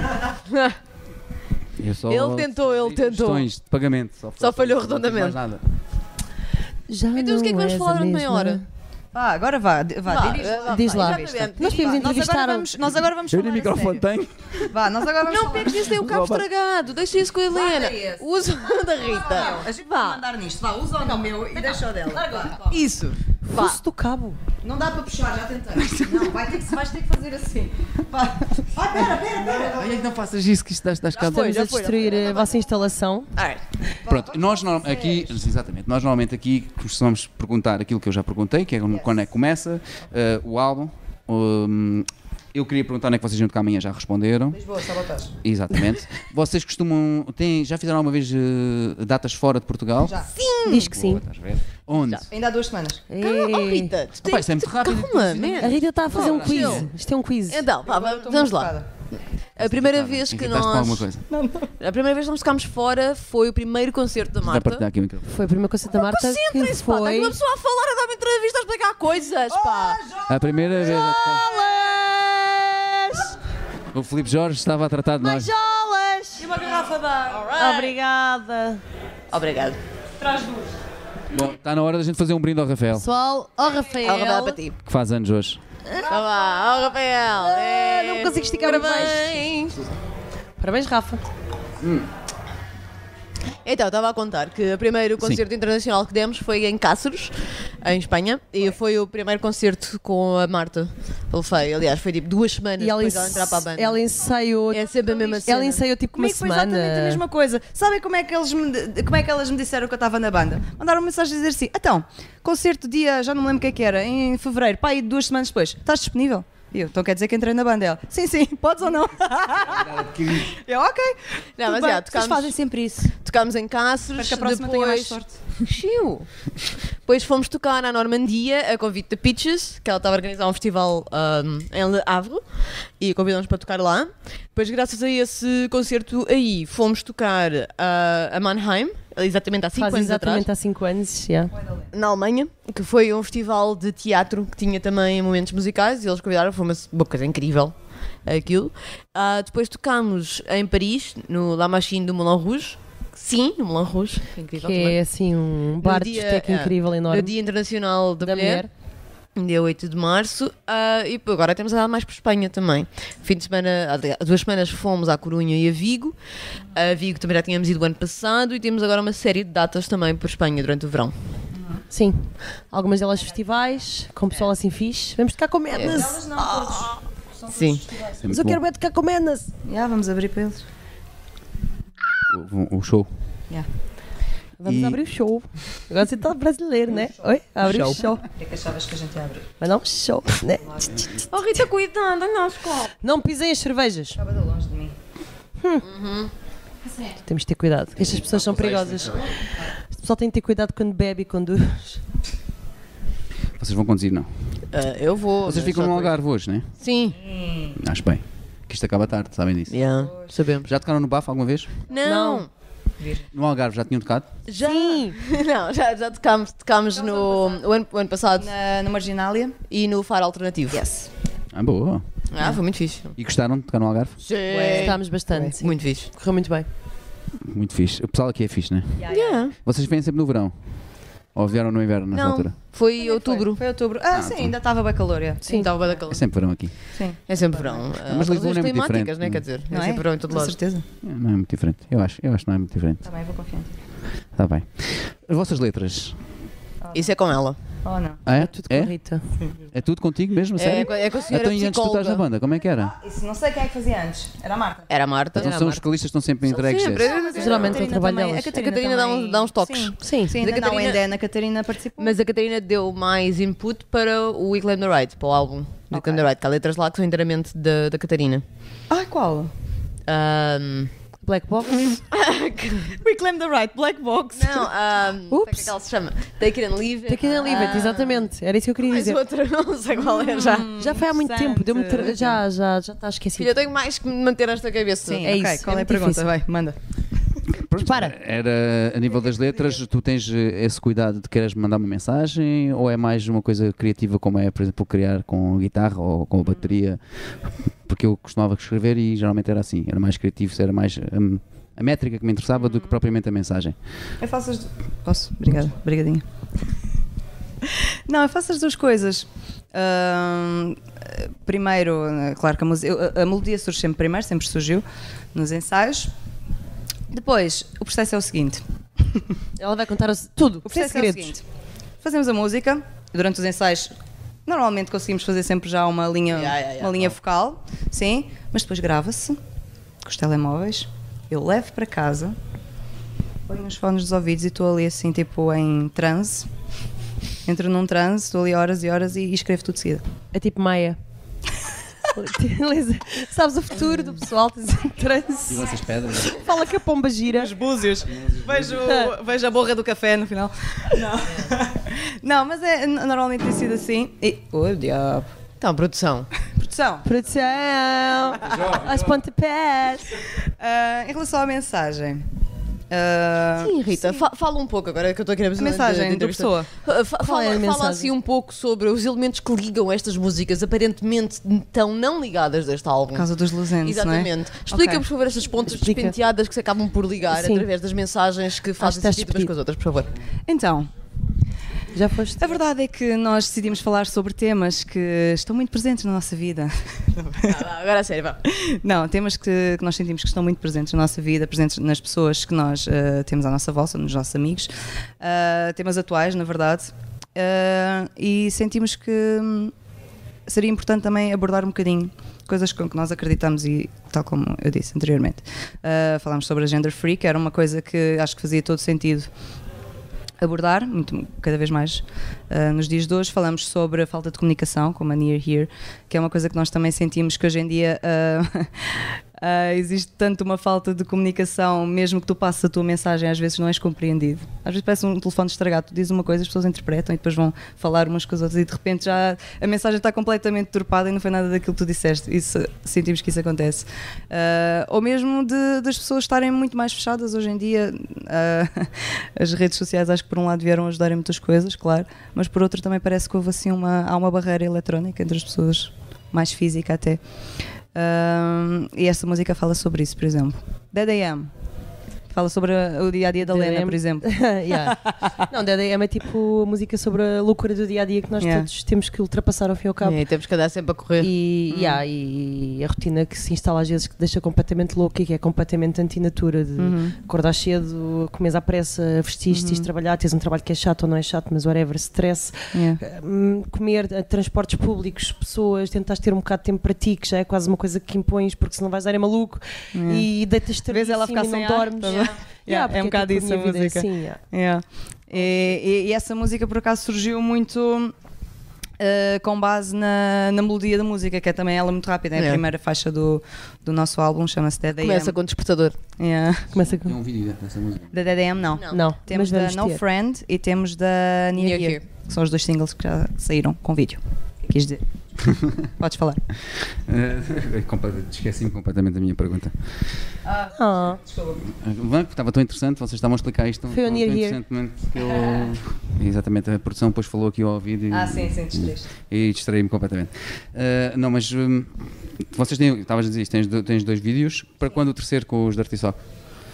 S1: Eu só-
S2: Ele tentou,
S1: só
S2: ele
S1: dei
S2: tentou.
S1: sugestões de pagamento. Só,
S2: Só falhou
S1: não fiz mais
S2: redondamente.
S1: nada.
S3: Já
S2: Então, o que é que
S3: não
S2: vamos
S3: és
S2: falar
S3: a
S2: durante meia
S3: mesma.
S2: hora?
S4: Vá, agora vá. d- vá,
S2: Vá,
S4: dirige.
S2: vá,
S3: Diz
S2: vá,
S3: lá.
S2: exatamente.
S3: Nós podemos
S4: Vá,
S3: entrevistar.
S4: Nós agora vamos, nós agora vamos
S1: Eu
S4: falar
S1: nem
S4: a
S1: microfone
S4: sério.
S1: tenho.
S4: Vá, nós agora vamos
S2: Não
S4: falar.
S2: pegues nisso, tem o cabo
S1: Rouba.
S2: estragado. Deixa isso com a Helena.
S4: Guarda esse.
S2: Usa o da Rita.
S4: A gente vai
S2: Vá.
S4: mandar nisto. Vá, usa o meu e deixa o dela. Vá.
S2: Isso. Vá.
S3: Fosse do cabo.
S4: Não dá para puxar, já tentei. Não, vai ter que, vais ter que fazer assim. Vá. Ah, pera, pera, pera.
S1: Ai, não faças isso, que isto das, das casas.
S2: foi,
S3: Estamos
S2: já
S3: a
S2: foi, já
S3: destruir a vossa instalação.
S2: Alright.
S1: Pronto, nós norm- aqui, exatamente, nós normalmente aqui costumamos perguntar aquilo que eu já perguntei, que é quando é que começa eh, o álbum. Um, eu queria perguntar onde é que vocês iam tocar amanhã, já responderam.
S4: Lisboa, sabotagem.
S1: Exatamente. Vocês costumam. Têm, já fizeram alguma vez eh, datas fora de Portugal?
S4: Já.
S3: Diz que sim.
S1: Boa, estás a ver? Onde?
S4: Ainda há duas semanas.
S2: Calma, oh,
S3: Ei.
S2: Rita. Tu
S1: Opa, isso é muito rápido.
S2: Calma,
S3: A
S2: man.
S3: Rita está a fazer um
S2: Oh,
S3: quiz.
S2: chill.
S3: Isto é um quiz.
S2: Então, vá,
S4: Agora estou
S2: vamos
S4: muito
S2: lá.
S4: focada.
S2: A primeira vez que
S1: Irritaste-te com alguma
S2: nós.
S1: coisa?
S2: A primeira vez que nós tocámos fora foi o primeiro concerto da
S1: Vai
S2: Marta.
S1: partilhar aqui o microfone.
S3: Foi a primeira coisa da Marta que
S2: Concentrem-se, pá. Está aqui
S3: foi.
S2: uma pessoa a falar, a dar uma entrevista, a explicar coisas, pá.
S1: A primeira vez. a tocar-
S3: Jolas!
S1: O Filipe Jorge estava a tratar de nós.
S3: Jolas!
S4: E uma garrafa de água.
S3: Obrigada.
S2: Obrigado.
S1: Bom, está na hora da gente fazer um brinde ao Rafael,
S3: Pessoal, ó Rafael.
S2: Ela vai para ti.
S1: que faz anos hoje.
S2: Vá lá, ó Rafael.
S3: Ah, não consigo esticar muito mais.
S2: Parabéns.
S3: Parabéns, Rafa.
S2: Então, estava a contar que o primeiro concerto internacional que demos foi em Cáceres, em Espanha, e foi o primeiro concerto com a Marta Pelefei. Aliás, foi tipo duas semanas
S3: E ela,
S2: depois dela entrar para a banda.
S3: ela ensaiou.
S2: É sempre a mesma cena.
S3: Ela ensaiou tipo uma
S4: Comigo foi exatamente a
S3: semana.
S4: mesma coisa. Sabem como é, que eles me, como é que elas me disseram que eu estava na banda? Mandaram uma mensagem a dizer assim: então, concerto dia, já não me lembro o que é que era, em fevereiro, pá, e duas semanas depois, estás disponível? E eu, então quer dizer que entrei na banda? Ela, sim, sim, podes ou não? Eu, ok.
S2: Não,
S4: Tudo
S2: mas
S4: bem.
S2: já,
S4: Vocês
S2: tocámos,
S4: fazem sempre isso.
S2: tocámos em Cáceres,
S4: Espero que a próxima tenha mais
S2: depois...
S4: sorte.
S2: Chiu. Depois fomos tocar na Normandia, a convite da Peaches, que ela estava a organizar um festival um, em Le Havre, e convidamos para tocar lá. Depois, graças a esse concerto aí, fomos tocar uh, a Mannheim, exatamente há cinco
S3: Faz
S2: anos
S3: exatamente
S2: atrás,
S3: há cinco anos. Yeah.
S2: na Alemanha, que foi um festival de teatro que tinha também momentos musicais, e eles convidaram, foi uma, uma coisa incrível. Aquilo. Uh, depois tocámos em Paris, no La Machine do Moulin Rouge. Sim, no Moulin Rouge. Foi incrível
S3: Que
S2: também.
S3: é assim um bar de
S2: dia-
S3: discoteca
S2: é,
S3: incrível, enorme.
S2: No Dia Internacional da,
S3: da
S2: Mulher,
S3: mulher.
S2: dia oito de março, ah, e agora temos andado mais por Espanha também. Fim de semana, aliás, há duas semanas fomos à Corunha e a Vigo. A Vigo também já tínhamos ido o ano passado, e temos agora uma série de datas também por Espanha durante o verão.
S3: Sim. Algumas delas festivais, com pessoal assim fixe. Vamos tocar com Menas.
S4: Elas não, todos.
S2: Sim.
S1: É
S3: Mas
S1: muito
S3: eu quero
S1: bom.
S3: ver tocar com Menas.
S4: Já, vamos abrir para eles.
S1: O, o show.
S3: Vamos
S1: E-
S3: abrir o show. Agora você tá brasileiro, né? Oi? Abrir o
S1: Show.
S3: show.
S4: O que é que achavas que a gente ia abrir?
S3: Mas não, show, né?
S2: Oh Rita, cuidado, não escola.
S3: Não pisem as cervejas.
S4: Estava de longe de mim.
S3: Temos de ter cuidado, porque estas pessoas são perigosas. O pessoal tem de ter cuidado quando bebe e conduz.
S1: Vocês vão conduzir, não?
S2: Ah, eu vou.
S1: Vocês
S2: mas
S1: ficam
S2: só
S1: no
S2: depois.
S1: Algarve hoje, não é?
S2: Sim.
S1: Acho bem. Que isto acaba tarde, sabem disso.
S2: Yeah, sabemos.
S1: Já tocaram no Bafo alguma vez?
S2: Não.
S1: No Algarve já tinham tocado?
S2: Já.
S3: Sim.
S2: Não, já, já tocámos, tocámos no o ano, o ano passado
S4: Na, no Marginália.
S2: e no Faro Alternativo.
S4: Yes.
S1: Ah, boa.
S2: Ah, foi muito fixe.
S1: E gostaram de tocar no Algarve?
S2: Sim.
S3: Gostámos bastante. Sim.
S2: Muito fixe.
S3: Correu muito bem.
S1: Muito fixe. O pessoal aqui é fixe, não é?
S2: Yeah.
S1: Vocês vêm sempre no verão? Ou vieram no inverno nessa
S2: Não,
S1: altura?
S2: foi outubro.
S4: Foi outubro. Ah, sim, ainda estava bem calor. é.
S2: Sim, estava bem da calor.
S1: É sempre verão aqui.
S4: Sim.
S2: É sempre verão. Ah,
S1: Mas
S2: por
S1: Lisboa não é
S2: razões
S1: muito
S2: climáticas,
S1: diferente.
S2: né? Quer dizer,
S4: Não
S2: é
S4: é?
S2: sempre verão em todo
S4: Com
S2: lado.
S4: certeza.
S1: É, Não é muito diferente. Eu acho, eu acho que não é muito diferente.
S4: Também vou confiante.
S1: Está bem. As vossas letras?
S2: Isso é com ela.
S4: Oh, não.
S1: Ah, é?
S3: Tudo com a
S1: É?
S3: Rita.
S1: É tudo contigo mesmo?
S2: É,
S1: Sério?
S2: com- é com a senhora
S1: Então, e antes tu estás na
S2: psicóloga.
S1: banda, como é que era?
S4: Isso não sei quem é que fazia antes. Era a Marta.
S2: Era a Marta.
S1: Então
S2: Era a
S1: são os
S2: Marta.
S1: vocalistas que estão sempre entregues
S2: sempre.
S1: desses.
S3: Geralmente é o trabalho
S4: também-
S3: delas.
S4: A
S2: A Catarina dá
S4: também-
S2: uns- dá uns toques.
S4: Sim,
S3: Sim.
S4: sim
S2: Mas a
S4: ainda não,
S2: Catarina-
S4: ainda a Catarina participou.
S2: Mas a Catarina deu mais input para o We Claim the Right, para o álbum do
S4: Ok.
S2: Claim the Right, que há letras lá que são inteiramente da, da Catarina.
S4: Ai, qual?
S2: Ahm,
S3: Black Box.
S4: We claim the right, Black Box.
S2: não, ahm, como é
S3: Ups.
S2: que ela se chama? Take It and Leave It.
S3: Take it and leave it,
S2: Ah,
S3: exatamente. Era isso que eu queria
S2: mais
S3: dizer.
S2: outra, não sei qual é já.
S3: Já foi há muito
S4: Interessante.
S3: tempo. Deu-me tra- já, já, já está esquecido.
S2: Filha, eu tenho mais que me manter esta cabeça.
S4: Sim,
S3: É
S4: ok.
S3: isso,
S4: Qual
S3: é
S4: é, a
S3: muito
S4: pergunta?
S3: difícil.
S4: Vai, manda.
S1: Pronto,
S3: Para.
S1: Era a nível das letras, tu tens eh, esse cuidado de queres mandar uma mensagem ou é mais uma coisa criativa como é, por exemplo, criar com guitarra ou com bateria? Porque eu costumava escrever e geralmente era assim, era mais criativo, era mais hum, a métrica que me interessava do que propriamente a mensagem.
S4: Eu faço as... Posso? Obrigada, obrigadinha. Não, eu faço as duas coisas. Ahm, primeiro, claro que a, música, a, a melodia surge sempre primeiro, sempre surgiu nos ensaios. Depois, o processo é o seguinte.
S3: Ela vai contar os- tudo.
S4: O processo
S3: sem
S4: é o
S3: segredos.
S4: seguinte. Fazemos a música, durante os ensaios normalmente conseguimos fazer sempre já uma linha,
S2: Yeah, yeah, yeah.
S4: uma linha focal, sim, mas depois grava-se com os telemóveis, eu levo para casa, ponho os fones dos ouvidos e estou ali assim tipo em transe, entro num transe, estou ali horas e horas e, e escrevo tudo de seguida.
S3: É tipo Maia. Lisa, sabes o futuro do pessoal, tens em transe.
S1: essas pedras?
S3: Fala que a pomba gira.
S4: Os búzios. Vejo, vejo a borra do café no final. Não, não mas é, normalmente tem sido assim. E, oh, diabo.
S2: Então, produção.
S4: Produção.
S3: Produção. As pontapés.
S4: Ah, em relação à mensagem. ah,
S2: Sim, Rita, fa- fala um pouco agora que eu estou aqui na
S4: a mensagem da
S2: entrevista.
S4: pessoa.
S2: Uh, fa-
S3: Qual é a
S2: fala,
S3: mensagem?
S2: fala assim um pouco sobre os elementos que ligam estas músicas, aparentemente tão não ligadas deste álbum.
S4: Por causa dos luzentes, não é?
S2: Exatamente. Explica,
S4: Ok.
S2: por favor, estas pontas
S3: Explica.
S2: despenteadas que se acabam por ligar
S3: Sim.
S2: através das mensagens que fazem
S3: estás
S2: sentido umas com as outras, por favor.
S4: Então,
S3: Já foste?
S4: a verdade é que nós decidimos falar sobre temas que estão muito presentes na nossa vida.
S2: Ah, agora a sério, vá.
S4: Não, temas que, que nós sentimos que estão muito presentes na nossa vida, presentes nas pessoas que nós ah, temos à nossa volta, nos nossos amigos, ah, temas atuais, na verdade, Ah, e sentimos que hum, seria importante também abordar um bocadinho coisas com que nós acreditamos e, tal como eu disse anteriormente, ah, falámos sobre a Gender Free, que era uma coisa que acho que fazia todo sentido abordar, muito, cada vez mais uh, nos dias de hoje. Falamos sobre a falta de comunicação, como a Near Here, que é uma coisa que nós também sentimos que hoje em dia uh, uh, existe tanto uma falta de comunicação, mesmo que tu passes a tua mensagem, às vezes não és compreendido. Às vezes parece um telefone estragado, tu dizes uma coisa, as pessoas interpretam e depois vão falar umas com as outras e de repente já a mensagem está completamente deturpada e não foi nada daquilo que tu disseste. Isso, sentimos que isso acontece. Uh, ou mesmo de, das pessoas estarem muito mais fechadas hoje em dia. Uh, as redes sociais acho que por um lado vieram ajudar em muitas coisas, claro, mas por outro também parece que houve assim uma, há uma barreira eletrónica entre as pessoas, mais física até. Um, e essa música fala sobre isso, por exemplo. Dead A M fala sobre a- o dia-a-dia da
S3: Dead
S4: Lena,
S3: A M.
S4: por exemplo.
S3: Yeah. Não, Dead A M é tipo a música sobre a loucura do dia a dia que nós
S4: Yeah.
S3: todos temos que ultrapassar ao fim e ao cabo.
S2: E temos que andar sempre a correr.
S3: E, yeah, e a rotina que se instala às vezes que te deixa completamente louca e que é completamente antinatura de
S4: Uhum.
S3: acordar cedo, comes à pressa, vestir-te, ires trabalhar, tens um trabalho que é chato ou não é chato, mas whatever, stress,
S4: Yeah.
S3: hum, comer, eh, transportes públicos, pessoas, tentares ter um bocado de tempo para ti, que já é quase uma coisa que impões, porque se não vais dar é maluco,
S4: Yeah.
S3: e deitas-te
S4: Vês ela ficar
S3: e
S4: sem
S3: não
S4: ar,
S3: dormes.
S4: tá bem? Yeah,
S3: porque
S4: é um bocado
S3: tipo
S4: isso a
S3: minha vida é
S4: música.
S3: assim, yeah.
S4: Yeah. E, e- e essa música por acaso surgiu muito uh, com base na, na melodia da música, que é também ela muito rápida. É a
S2: É.
S4: primeira faixa do, do nosso álbum, chama-se Dead A M.
S2: Começa com o despertador.
S4: Yeah.
S3: Começa
S1: Tem
S3: com...
S1: um vídeo dessa música.
S4: Da Dead A M não.
S2: Não.
S3: Não,
S4: Temos
S3: mas
S4: da
S3: vamos
S4: No
S3: ter.
S4: Friend e temos da Near,
S2: Near
S4: Here,
S2: Here.
S4: que são os dois singles que já saíram com vídeo. Quis dizer. Podes falar.
S1: Eh, complet- Esqueci-me completamente da minha pergunta.
S3: Ah,
S1: Bem, estava tão interessante, vocês estavam a explicar isto tão,
S3: Foi o
S1: tão
S3: Near Here.
S1: interessantemente que eu. Exatamente, a produção depois falou aqui ao ouvido e,
S4: Ah, sim, sim, distraíste.
S1: e distraí-me completamente. Eh, não, mas hum, vocês têm, estavas a dizer isto, tens, do- tens dois vídeos, para quando o terceiro com os Dirty Sock?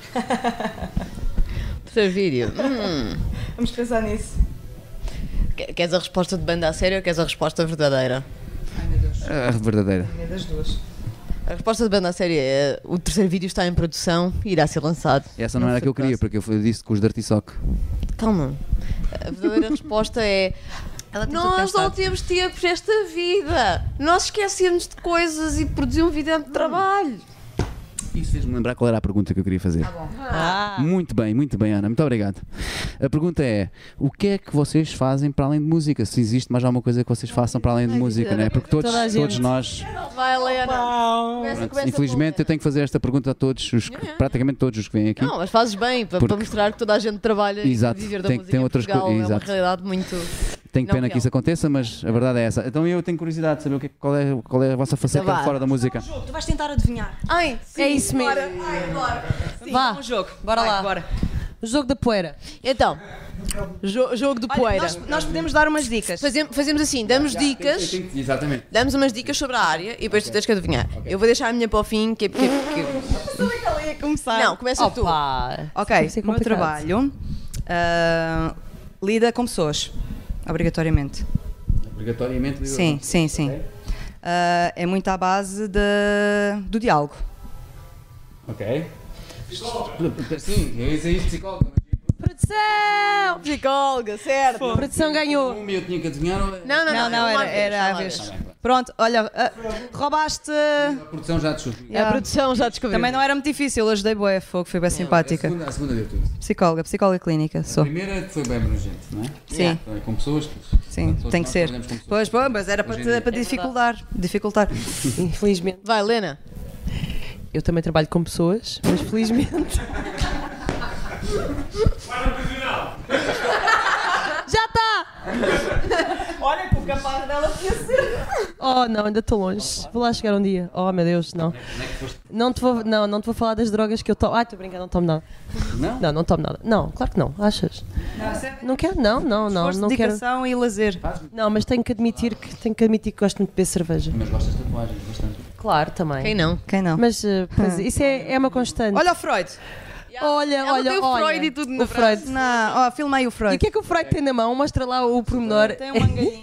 S2: Terceiro vídeo. Hum.
S4: Vamos pensar nisso.
S2: Que- Queres a resposta de banda a sério ou queres a resposta verdadeira?
S4: Ai meu Deus.
S1: A verdadeira.
S4: É das duas.
S2: A resposta de banda a sério é o terceiro vídeo está em produção e irá ser lançado.
S1: Essa não
S2: no
S1: era a que eu queria,
S2: futuro
S1: porque eu fui- disse com os Dirty Sock.
S2: próximo. Calma. A verdadeira resposta é
S4: Ela tem tudo
S2: nós não
S4: pensado.
S2: temos tempo para esta vida. Nós esquecemos de coisas e produzir um vídeo de trabalho.
S1: Isso fez-me lembrar qual era a pergunta que eu queria fazer.
S3: ah.
S1: Muito bem, muito bem, Ana, muito obrigado. A pergunta é: o que é que vocês fazem para além de música? Se existe mais alguma coisa que vocês façam para além de música, não é? Porque todos,
S3: Toda a gente.
S1: todos nós,
S2: Vai, Helena. Começa,
S1: pronto,
S2: começa
S1: infelizmente,
S2: com
S1: eu tenho que fazer esta pergunta a todos, os, que- praticamente todos os que vêm aqui.
S2: Não, mas fazes bem para,
S1: Porque-
S2: para mostrar que toda a gente trabalha
S1: Exato,
S2: e viver da
S1: tem que
S2: música
S1: ter
S2: em
S1: outras
S2: Portugal
S1: coi-
S2: é uma
S1: exato.
S2: realidade muito...
S1: Tenho
S2: Não
S1: pena
S2: que
S1: que isso aconteça, mas a verdade é essa. Então eu tenho curiosidade de saber o que, é- qual, é, qual é a vossa faceta
S2: Então vá.
S1: fora da música.
S3: Jogo, tu vais tentar adivinhar.
S2: Ai, sim,
S3: É isso mesmo.
S2: bora. Ai, bora.
S3: Vá,
S4: Um jogo, bora
S3: Vai,
S4: lá.
S3: bora. O jogo da poeira.
S2: Então, jo- jogo de
S4: Olha,
S2: poeira.
S4: nós, nós podemos dar umas dicas.
S2: Fazem- fazemos assim, damos dicas,
S1: Exatamente.
S2: damos umas dicas sobre a área e depois tu tens que adivinhar. Eu vou deixar a minha para o fim, que é porque... porque-
S4: Ela ia começar.
S2: Não, começa tu.
S3: Opa.
S4: Ok,
S3: Deve ser
S4: o meu
S3: complicado.
S4: trabalho ah, lida com pessoas, obrigatoriamente.
S1: Obrigatoriamente. digo
S4: Sim,
S1: eu.
S4: sim, sim.
S1: Ok.
S4: Ah, é muito à base de- do diálogo.
S1: Ok. Sim, eu ia dizer isto, psicólogo.
S3: Produção!
S2: Psicóloga, certo.
S3: A produção ganhou.
S1: Um eu tinha que adivinhar. ou-
S2: Não, não, não,
S4: Não, não,
S2: é uma
S4: era,
S2: vez,
S4: era
S2: é
S4: a
S2: uma
S4: vez.
S2: vez.
S4: Pronto, olha, ah, roubaste.
S1: A produção já descobriu.
S2: A produção já descobriu.
S4: Também não era muito difícil, ajudei bué, fogo, foi bem
S1: A
S4: simpática.
S1: segunda, a segunda deu tudo.
S4: Psicóloga, psicóloga clínica,
S1: A
S4: sou.
S1: primeira foi bem abrangente, não é?
S4: Sim.
S1: Então, é com pessoas. pois.
S4: Sim,
S1: Todos
S4: tem
S1: nós
S4: que ser.
S1: trabalhamos com pessoas.
S4: Pois, pois, mas era para,
S1: Hoje em
S4: te-
S1: dia.
S4: para dificultar. Dificultar.
S3: Infelizmente.
S2: Vai, Lena.
S3: Eu também trabalho com pessoas, mas felizmente.
S6: Guarda prisional.
S3: Já está!
S4: Olha que o capaz dela podia ser.
S3: Oh não, ainda estou longe. Vou lá chegar um dia. Oh meu Deus, não. Não te vou, não, não te vou falar das drogas que eu tomo. Ai, estou a brincar, não tomo nada.
S1: Não?
S3: Não, não tomo nada. Não, claro que não. Achas? Não quero, não, não, não,
S4: Esforço,
S3: não quero.
S4: dedicação e lazer.
S3: Não, mas tenho que admitir que tenho que admitir que gosto muito de beber cerveja.
S1: Mas gostas de tatuagens bastante.
S3: Claro, também.
S2: Quem não?
S4: Quem não?
S3: Mas eh, pois, isso é, é uma constante.
S4: Olha o Freud.
S3: olha,
S2: Ela
S3: olha,
S2: tem o
S3: olha.
S2: Freud e tudo na
S3: o Freud.
S4: Não, ó, filmei o
S3: E
S4: Freud.
S3: o que é que o Freud tem na mão? Mostra lá o pormenor.
S4: Tem um mangalhinho.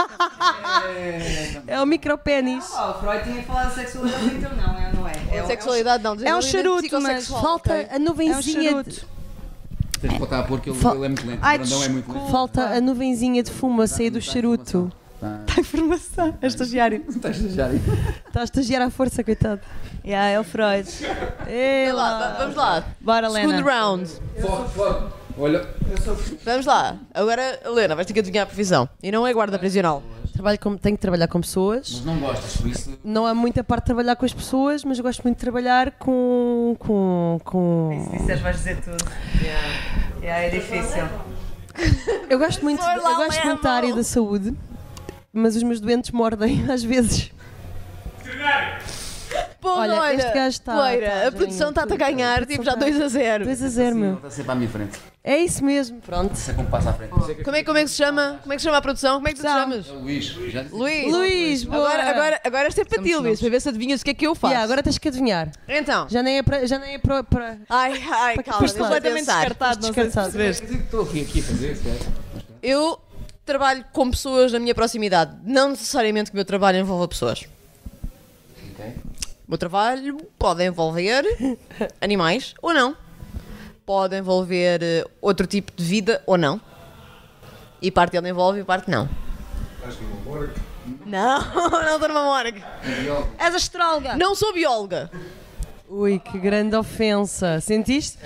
S3: É o micropénis.
S4: Oh, o Freud tinha falado de sexualidade, então não, é, não é. É, um-
S2: Sexualidade não.
S4: é um
S2: desenvolvimento
S4: charuto, mas
S2: psicossexual,
S3: Falta
S2: ok?
S3: a
S4: é um
S3: nuvenzinha.
S4: charuto.
S3: de,
S1: Tens de botar a pôr que ele,
S3: Fa-
S1: ele é muito lento.
S4: Ai,
S1: o Brandão é muito lento.
S3: falta a nuvenzinha de fumo a sair do charuto.
S1: Tá.
S4: Está informação, é estagiário.
S1: Estás a estagiar aí.
S3: Está a estagiar à força, coitado.
S4: Yeah, é o Freud.
S3: Ei
S2: Vai lá,
S3: lá.
S2: va- vamos lá.
S4: Bora,
S2: Segundo
S4: Lena.
S2: round.
S1: Fogo, fogo. Olha.
S2: Vamos lá. Agora, Helena, vais ter que adivinhar a profissão. E não é guarda prisional.
S3: Trabalho com, tenho que trabalhar com pessoas.
S1: Mas não gostas, por isso.
S3: Não há muita parte de trabalhar com as pessoas, mas eu gosto muito de trabalhar com. com. com.
S4: Se disseres, vais dizer tudo. Yeah. Yeah, é difícil.
S3: Eu gosto muito,
S2: Foi lá,
S3: eu gosto muito da área da saúde, mas os meus doentes mordem às vezes.
S2: Pô,
S3: Olha,
S2: olha,
S3: este gajo está-
S2: Poeira,
S3: está,
S2: a produção
S3: Janinho,
S2: está-te a ganhar,
S3: a produção
S2: tipo já
S3: está-
S2: dois a zero.
S3: dois a zero,
S1: Sim, ele
S3: meu.
S1: está sempre à minha frente.
S3: É isso mesmo, pronto.
S1: Isso é como passa à frente. Por isso é que
S2: Como é, como é que se chama? Como é que se chama a produção? Como é que tu te
S3: Produção.
S2: chamas?
S1: é o Luís. Já disse.
S2: Luís.
S3: Luís, boa.
S2: Agora, agora, agora esta é para ti,
S4: Somos
S2: Luís, para ver se adivinhas o que é que eu faço.
S3: Yeah, agora tens que adivinhar.
S2: Então.
S3: Já nem é para. Já nem é para, para...
S2: Ai, ai,
S3: Para que
S2: calma,
S3: foste
S2: deixa-me
S3: completamente
S2: pensar.
S4: descartado, não sei se
S3: Descartado.
S4: percebeste.
S1: O que estou aqui, aqui a fazer? se calhar?
S2: Eu trabalho com pessoas na minha proximidade. Não necessariamente que o meu trabalho envolva pessoas.
S1: Ok.
S2: O meu trabalho pode envolver animais ou não. Pode envolver eh, outro tipo de vida ou não. E parte dele envolve e parte não. Não, não estou numa morgue.
S4: És astróloga.
S2: Não sou bióloga.
S3: Ui, que grande ofensa. Sentiste?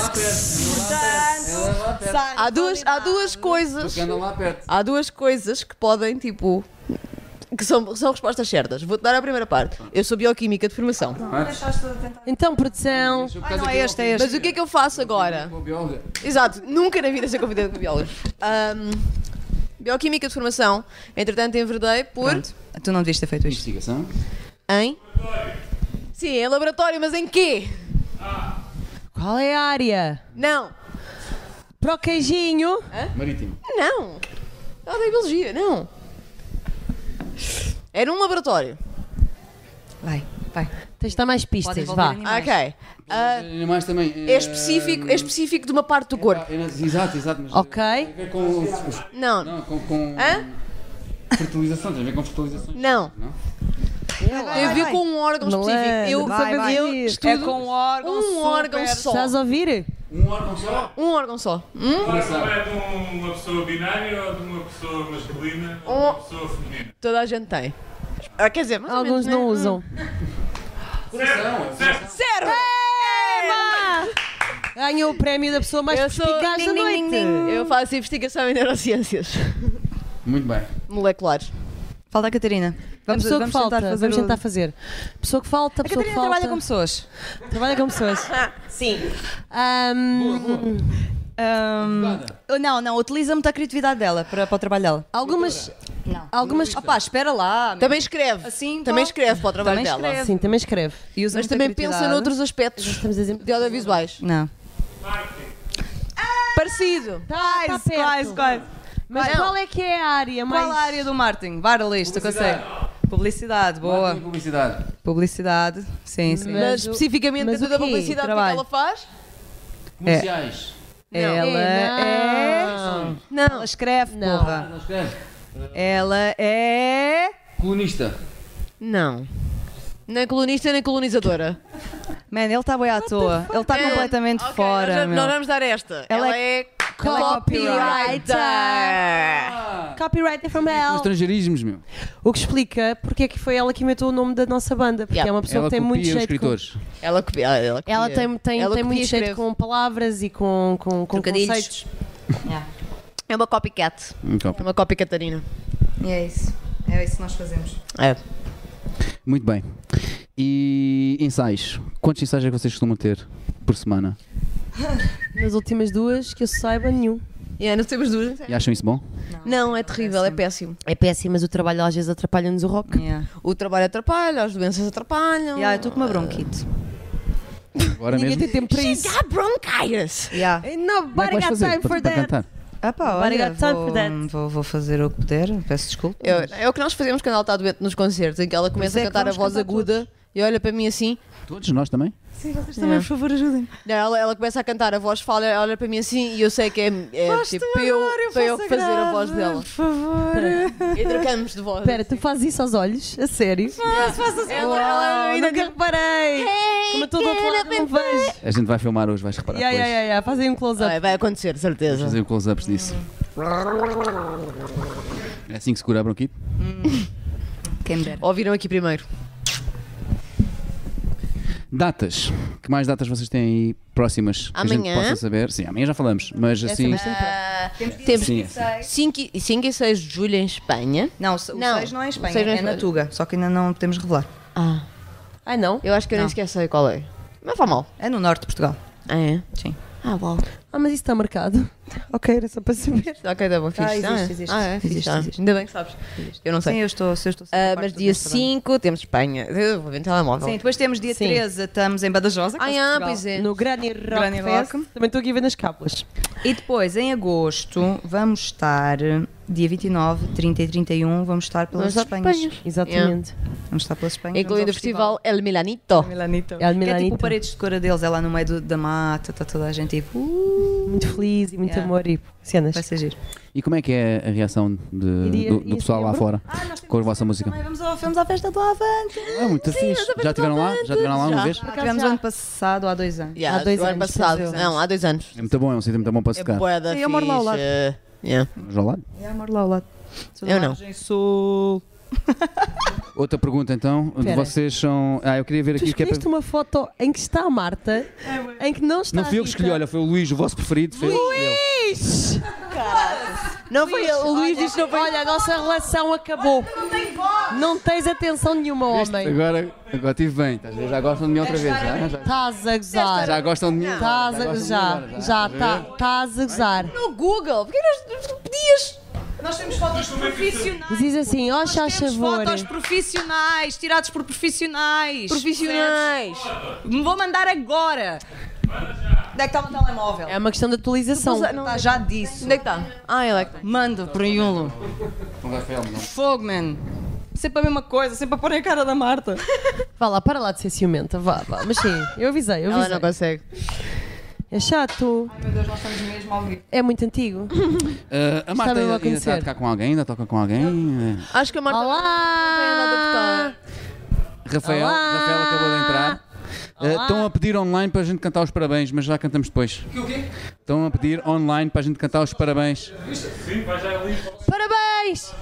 S2: Há duas, há duas coisas.
S1: Porque andam lá perto.
S2: Há duas coisas que podem, tipo. Que são, são respostas certas. Vou-te dar a primeira parte. Eu sou bioquímica de formação.
S3: Então, produção.
S4: Ah, não, é este, é este.
S2: Mas o que é que eu faço agora?
S1: Com a bióloga.
S2: Exato, nunca na vida ser convidada como bióloga. Ahm, bioquímica de formação. Entretanto, enverdei por.
S4: Pronto. Tu não devias ter feito isto.
S1: Investigação.
S2: Em? Sim, em laboratório, mas em quê?
S3: Qual é a área?
S2: Não.
S3: Para o queijinho.
S1: Marítimo.
S2: Não. Ela tem biologia, não. Era um laboratório.
S4: Vai, vai.
S3: Tens de dar mais
S4: Pode
S3: pistas,
S4: envolver
S3: vá.
S4: animais.
S2: Ok. Ah,
S1: Animais também.
S2: é específico, é específico de uma parte do corpo.
S1: Exato, exato. Mas
S3: Ok.
S1: Tem a ver com.
S2: Não.
S1: Não, com. com
S2: Hã?
S1: fertilização, tem a ver com fertilizações.
S2: Não.
S1: Não?
S2: Tem a ver com um órgão específico.
S3: Malandro,
S2: Eu,
S3: vai, vai.
S2: eu
S3: É
S2: estudo
S4: É com um órgão
S2: um
S4: super-
S2: órgão só.
S3: Estás a ouvir?
S1: Um órgão só?
S2: Um órgão só. Hum?
S1: Coração.
S6: É de uma pessoa binária ou de uma pessoa masculina ou de uma pessoa feminina?
S2: Toda a gente tem. Ah, quer dizer, mais ou
S3: Alguns
S2: menos, né?
S3: não usam.
S1: Coração.
S2: Certo!
S3: Ganhou o prémio da pessoa mais
S2: Eu sou-
S3: perspicaz da
S2: Ding, ding,
S3: noite.
S2: ding, ding. Eu faço investigação em neurociências
S1: Muito bem.
S2: moleculares.
S4: Falta a Catarina. Vamos,
S3: a pessoa
S4: vamos
S3: que falta,
S4: tentar fazer
S3: vamos
S4: o-
S3: tentar fazer. Pessoa que falta,
S4: A
S3: pessoa que
S4: Catarina
S3: falta.
S4: trabalha com pessoas.
S3: Trabalha com pessoas. Sim.
S4: Ahm, não, não, utiliza muito a criatividade dela para, para o trabalho dela.
S3: Algumas.
S4: Não.
S3: Algumas.
S4: Opá, espera lá.
S2: Também escreve.
S4: Assim,
S2: também
S4: pá.
S2: escreve para o trabalho
S4: Também
S2: dela.
S4: escreve.
S3: Sim, também escreve.
S4: E usa
S2: Mas
S4: muita
S2: também pensa
S4: criatividade.
S2: noutros aspectos
S3: Estamos a exemplo.
S2: de audiovisuais.
S4: Não.
S2: Parecido.
S3: Tá, tá
S4: Quase,
S3: perto.
S4: quase, quase.
S3: Mas
S2: Não.
S3: qual é que é a área mais.
S4: Qual a área do marketing? Vai a lista, consegue. Publicidade, boa.
S1: Marketing e publicidade.
S4: Publicidade, sim, sim.
S3: Mas
S2: Mas
S3: o-
S2: especificamente
S3: mas
S2: dentro
S3: o
S2: da
S3: quê?
S2: publicidade, o que é que
S4: Trabalho.
S2: ela faz?
S1: Comerciais.
S4: Ela é.
S3: Não.
S2: Não.
S4: Ela escreve,
S3: Não.
S4: porra.
S1: Não escreve.
S4: Ela é.
S1: Colunista.
S2: Não. Nem colunista, nem colonizadora.
S4: Man, ele está bem à toa. Ele está
S2: É.
S4: completamente
S2: Ok,
S4: fora.
S2: Nós,
S4: meu.
S2: nós vamos dar esta.
S4: Ela
S2: Ela,
S4: é-
S2: é
S4: ela é
S2: copywriter.
S3: Copywriter from
S1: Com
S3: hell.
S1: estrangeirismos, meu.
S3: O que explica porque é que foi ela que inventou o nome da nossa banda. Porque
S2: Yeah.
S3: é uma pessoa
S1: Ela
S3: que tem
S1: copia
S3: muito
S1: os
S3: jeito. Com...
S1: escritores.
S2: Ela copia. Ela, copia.
S3: Ela tem, tem,
S2: Ela
S3: tem
S2: copia
S3: muito
S2: e
S3: jeito
S2: escreve.
S3: com palavras e com, com, com
S2: Trocadilhos.
S3: conceitos.
S2: É uma copycat.
S1: Um
S2: É
S1: copo.
S2: uma copy Catarina.
S4: E é isso. É isso que nós fazemos.
S2: É.
S1: Muito bem. E ensaios? Quantos ensaios é que vocês costumam ter por semana?
S3: Nas últimas duas, que eu saiba, nenhum.
S2: Yeah, não temos dúvidas.
S1: E acham isso bom?
S2: Não, é terrível, é péssimo.
S3: É péssimo, mas o trabalho às vezes atrapalha-nos o rock.
S4: Yeah.
S2: O trabalho atrapalha, as doenças atrapalham.
S4: Yeah, eu estou com uma bronquite.
S1: Agora
S3: Ninguém
S1: mesmo?
S3: tem tempo para isso.
S2: Got bronchitis.
S4: Yeah.
S3: Nobody
S1: Como é que vais
S3: got
S1: fazer
S3: time
S1: para,
S3: for
S1: para
S3: that.
S1: cantar?
S4: Ah pá,
S3: But I
S4: olha,
S3: got time
S4: vou,
S3: for that.
S4: vou, vou fazer o que puder, peço desculpa.
S2: É, é o que nós fazemos quando ela está doente nos concertos, em que ela começa
S4: é
S2: a
S4: que
S2: cantar a
S4: vamos
S2: voz
S4: cantar
S2: aguda e olha para mim assim.
S1: Todos nós também?
S4: Sim, vocês
S2: também, por
S4: favor, ajudem.
S2: Não, ela, ela começa a cantar, a voz fala, olha para mim assim e eu sei que é, é tipo para eu, para eu fazer a voz dela.
S4: Por favor.
S2: E trocamos de voz.
S3: Espera, tu fazes isso aos olhos? A sério?
S2: Faço, faço
S3: Ela, ela ainda nunca reparei. Como eu estou do outro lado, não vejo.
S1: A gente vai filmar hoje, vais reparar
S3: Yeah,
S1: depois.
S3: yeah, yeah. Fazem um close-up.
S2: Vai, vai acontecer,
S1: Vamos
S2: certeza.
S1: fazer um close-ups disso. É assim que se cura a bronquite?
S4: Quem me dera.
S2: Ouviram aqui primeiro.
S1: Datas. Que mais datas vocês têm aí próximas que a gente
S2: Amanhã?
S1: possa saber? Sim, amanhã já falamos, mas assim...
S2: Temos
S1: Sim.
S2: cinco e seis de julho em Espanha.
S4: Não, o seis
S2: Não,
S4: não é em Espanha,
S2: seis não é
S4: é na
S2: Espanha.
S4: Tuga, só que ainda não podemos revelar.
S2: Ah,
S3: Ai não?
S2: eu acho que eu nem
S4: Não.
S2: sequer sei qual é. Mas vai mal.
S4: É no norte de Portugal.
S2: Ah, é?
S4: Sim.
S2: Ah, bom.
S3: Ah, mas isso está marcado. Ok, era só para saber.
S2: Ok, tá bom, fixe.
S4: Ah, existe,
S2: ah, é.
S4: existe.
S2: Ah, é, fixe,
S4: Existe,
S2: ah.
S4: existe.
S2: Ainda bem que sabes. Eu não sei.
S4: Sim, eu estou, eu estou sempre
S2: Ah,
S4: a par
S2: mas
S4: do
S2: dia
S4: Amsterdã.
S2: cinco temos Espanha. Eu vou ver no telemóvel.
S4: Sim, depois temos dia
S3: Sim.
S4: treze, estamos em Badajoz,
S2: Ah,
S4: aqui em
S2: ah,
S4: Portugal.
S2: pois é.
S3: No Granny Rock
S4: Granny
S3: Fest.
S4: Rock.
S3: Também estou aqui a ver nas cábulas.
S4: E depois, em agosto, vamos estar, dia vinte e nove, trinta e trinta e um, vamos estar pelas
S2: Vamos estar
S4: Espanhas.
S2: Espanha.
S3: Exatamente.
S4: Vamos estar pelas Espanhas.
S2: Incluindo o
S4: vamos ao
S2: festival El Milanito.
S4: Milanito.
S3: É o
S4: Que é tipo
S3: Milanito.
S4: o paredes de cora deles, é lá no meio do- da mata, está toda a gente tipo, uh,
S3: Muito feliz e muito
S4: Yeah.
S3: amor e cenas.
S4: vai ser giro.
S1: E como é que é a reação de-
S3: E dia-
S1: do, do
S3: e
S1: pessoal lá
S3: setembro?
S1: fora com a vossa música?
S4: Também vamos, ao, vamos à festa do Avante.
S1: Ah, muito fixe. Já estiveram lá? Já estiveram lá uma
S2: Já.
S1: vez?
S4: Tivemos
S3: já.
S4: ano passado, há dois anos.
S2: Yeah,
S3: Há dois
S2: do ano
S3: anos,
S2: passado.
S3: dois anos.
S2: Não, há dois anos.
S1: É muito bom, é um sítio muito bom para se
S2: É
S1: tocar.
S2: bué da
S4: Sim, eu moro lá ao lado.
S2: fixe. Yeah.
S1: Vamos ao lado.
S4: É, amor lá ao lado. Sou
S2: Eu
S4: da
S2: não.
S4: margem sul.
S1: Outra pergunta então.
S3: Espera.
S1: Vocês são. Ah, eu queria ver
S3: Tu
S1: aqui o que é
S3: escolheste
S1: para.
S3: uma foto em que está a Marta, em que não está
S1: Não fui eu que
S3: a
S1: escolhi,
S3: Rita.
S1: olha, foi o Luís, o vosso preferido. Foi ele.
S3: Luís!
S2: Não foi ele. O Luís disse que não foi.
S3: Olha, a nossa relação acabou. Não tens atenção nenhuma,
S1: Viste?
S3: homem.
S1: Agora, agora estive bem. estás a ver? Já gostam de mim outra vez. Já, já,
S3: Estás a gozar.
S1: já gostam de mim.
S3: Estás a
S1: gostam de mim
S3: gozar.
S1: agora,
S3: Já,
S1: estás a
S3: tá-
S1: ver?
S3: estás a gozar.
S2: No Google. Porquê nós não pedias?
S4: Nós temos fotos profissionais.
S3: Diz assim, ó, já favor.
S4: Fotos profissionais, tirados por profissionais.
S2: Profissionais.
S4: Me vou mandar agora. Onde é que está o meu telemóvel?
S3: É uma questão de atualização.
S2: Não,
S4: Tá, já disse.
S2: Onde é que está? Ah, ele é que está.
S4: Manda para Yulo.
S1: Não vai filme, não.
S4: Fogo, man. Sempre a mesma coisa, sempre a pôr a cara da Marta.
S3: Vá lá, para lá de ser ciumenta. Vá, vá. Mas sim, eu avisei, eu
S2: Ela
S3: avisei.
S2: não consegue.
S3: É chato.
S4: Ai meu Deus, nós estamos mesmo ao vivo.
S3: É muito antigo.
S1: Ah, a Marta
S3: mesmo a
S1: ainda, ainda
S3: acontecer.
S1: está a tocar com alguém? Ainda toca com alguém?
S2: Acho que a Marta não tem nada a
S3: Olá!
S2: tocar.
S1: Rafael,
S3: Olá!
S1: Rafael acabou de entrar. Ah,
S3: Olá!
S1: estão a pedir online para a gente cantar os parabéns, mas já cantamos depois. O quê? Estão a pedir online para a gente cantar os parabéns.
S6: Sim, vai já ali.
S3: Parabéns!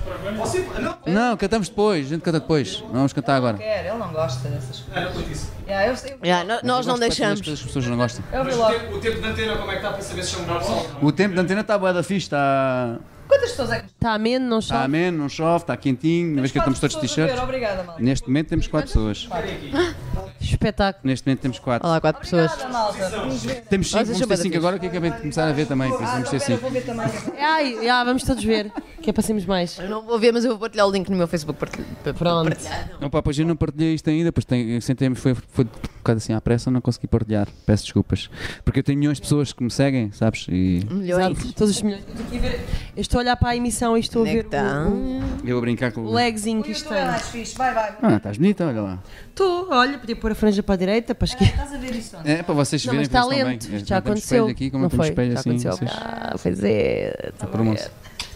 S1: Não, cantamos depois, a gente canta depois. Não vamos cantar agora.
S4: Quer, ele não gosta dessas coisas. Era por isso. Yeah, eu sei.
S2: Yeah, no- nós não
S1: Eu gosto de
S2: deixamos.
S1: coisas que as pessoas não gostam.
S4: Eu vi
S7: Mas o
S4: logo.
S7: tempo, o tempo de antena, como é que está para saber se chama o pessoal?
S1: O tempo da antena está bué da fixe, está...
S4: Quantas pessoas é que
S3: Está ameno, não
S1: Está
S3: chove?
S1: ameno, não chove, está quentinho, uma vez que estamos todos de t-shirt.
S4: Obrigada, malta.
S1: Neste momento temos quatro pessoas.
S3: Espetáculo.
S1: Neste momento temos quatro.
S2: Olá, quatro pessoas.
S1: Temos cinco,
S2: Vocês
S1: vamos
S2: são
S1: ter cinco
S2: badafios.
S1: agora, que acabei de começar a ver também, por isso vamos ter cinco.
S3: Ai, já, vamos todos ver. Que é para sermos mais.
S2: Eu não vou ver, mas eu vou partilhar o link no meu Facebook. Partilho, para
S3: Pronto.
S2: partilhar.
S1: Opa, pois eu não partilhei isto ainda, pois tem, sentei-me, foi, foi um bocado assim à pressa, não consegui partilhar. Peço desculpas. Porque eu tenho milhões de pessoas que me seguem, sabes? E
S2: Milhões.
S3: Exato, todos os milhões. Eu estou aqui a ver- eu estou a olhar para a emissão e estou a
S2: Onde é
S3: ver
S2: que está?
S3: o, o,
S1: eu vou brincar com
S3: o
S1: o.
S3: legzinho que isto tem.
S4: fixe, vai, vai.
S1: Ah, estás bonita, olha lá.
S3: Estou, olha, podia pôr a franja para a direita, para a esquerda.
S4: Estás a ver isto?
S1: É para vocês
S3: Não,
S1: verem
S3: mas
S1: que
S3: está
S1: eles estão
S3: lento.
S1: bem.
S3: Isto já
S1: Não temos
S3: aconteceu.
S1: espelho aqui, como
S3: não
S1: temos
S3: foi?
S1: espelho
S3: Já
S1: assim.
S3: aconteceu.
S1: vocês
S3: Ah, pois é. Tá
S1: aprumam-se.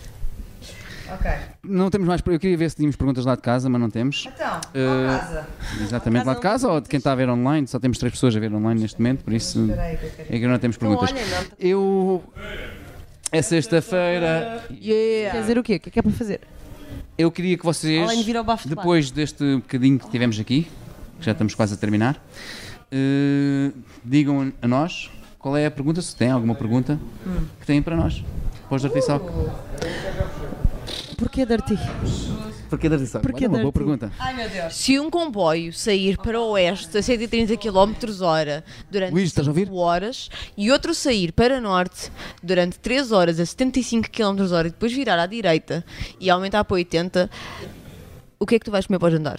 S4: Ok.
S1: Não temos mais. Eu queria ver se tínhamos perguntas lá de casa, mas não temos.
S4: Então,
S1: Eh,
S4: à casa.
S1: Exatamente, lá de casa ou de quem está a ver online. Só temos três pessoas a ver online neste momento, por isso
S4: Espera aí que eu quero-
S1: é que não temos perguntas.
S3: olha, não.
S1: Eu. É sexta-feira.
S3: Quer
S2: Yeah.
S3: dizer o quê? O que é que é para fazer?
S1: Eu queria que vocês,
S3: Além de vir ao bafo de
S1: depois deste bocadinho que tivemos aqui, que já estamos quase a terminar, eh, digam a nós qual é a pergunta, se tem alguma pergunta que têm para nós. Para os Dirty Sock.
S3: Porquê Dirty?
S1: Porquê Dirty Sock?
S3: Porquê
S1: Olha, uma boa
S3: Dirty?
S1: pergunta.
S4: Ai meu Deus.
S2: Se um comboio sair para o oeste a cento e trinta quilómetros hora durante
S1: Luís, estás a ouvir?
S2: cinco horas e outro sair para norte durante três horas a setenta e cinco quilómetros hora e depois virar à direita e aumentar para oitenta, o que é que tu vais comer para o jantar?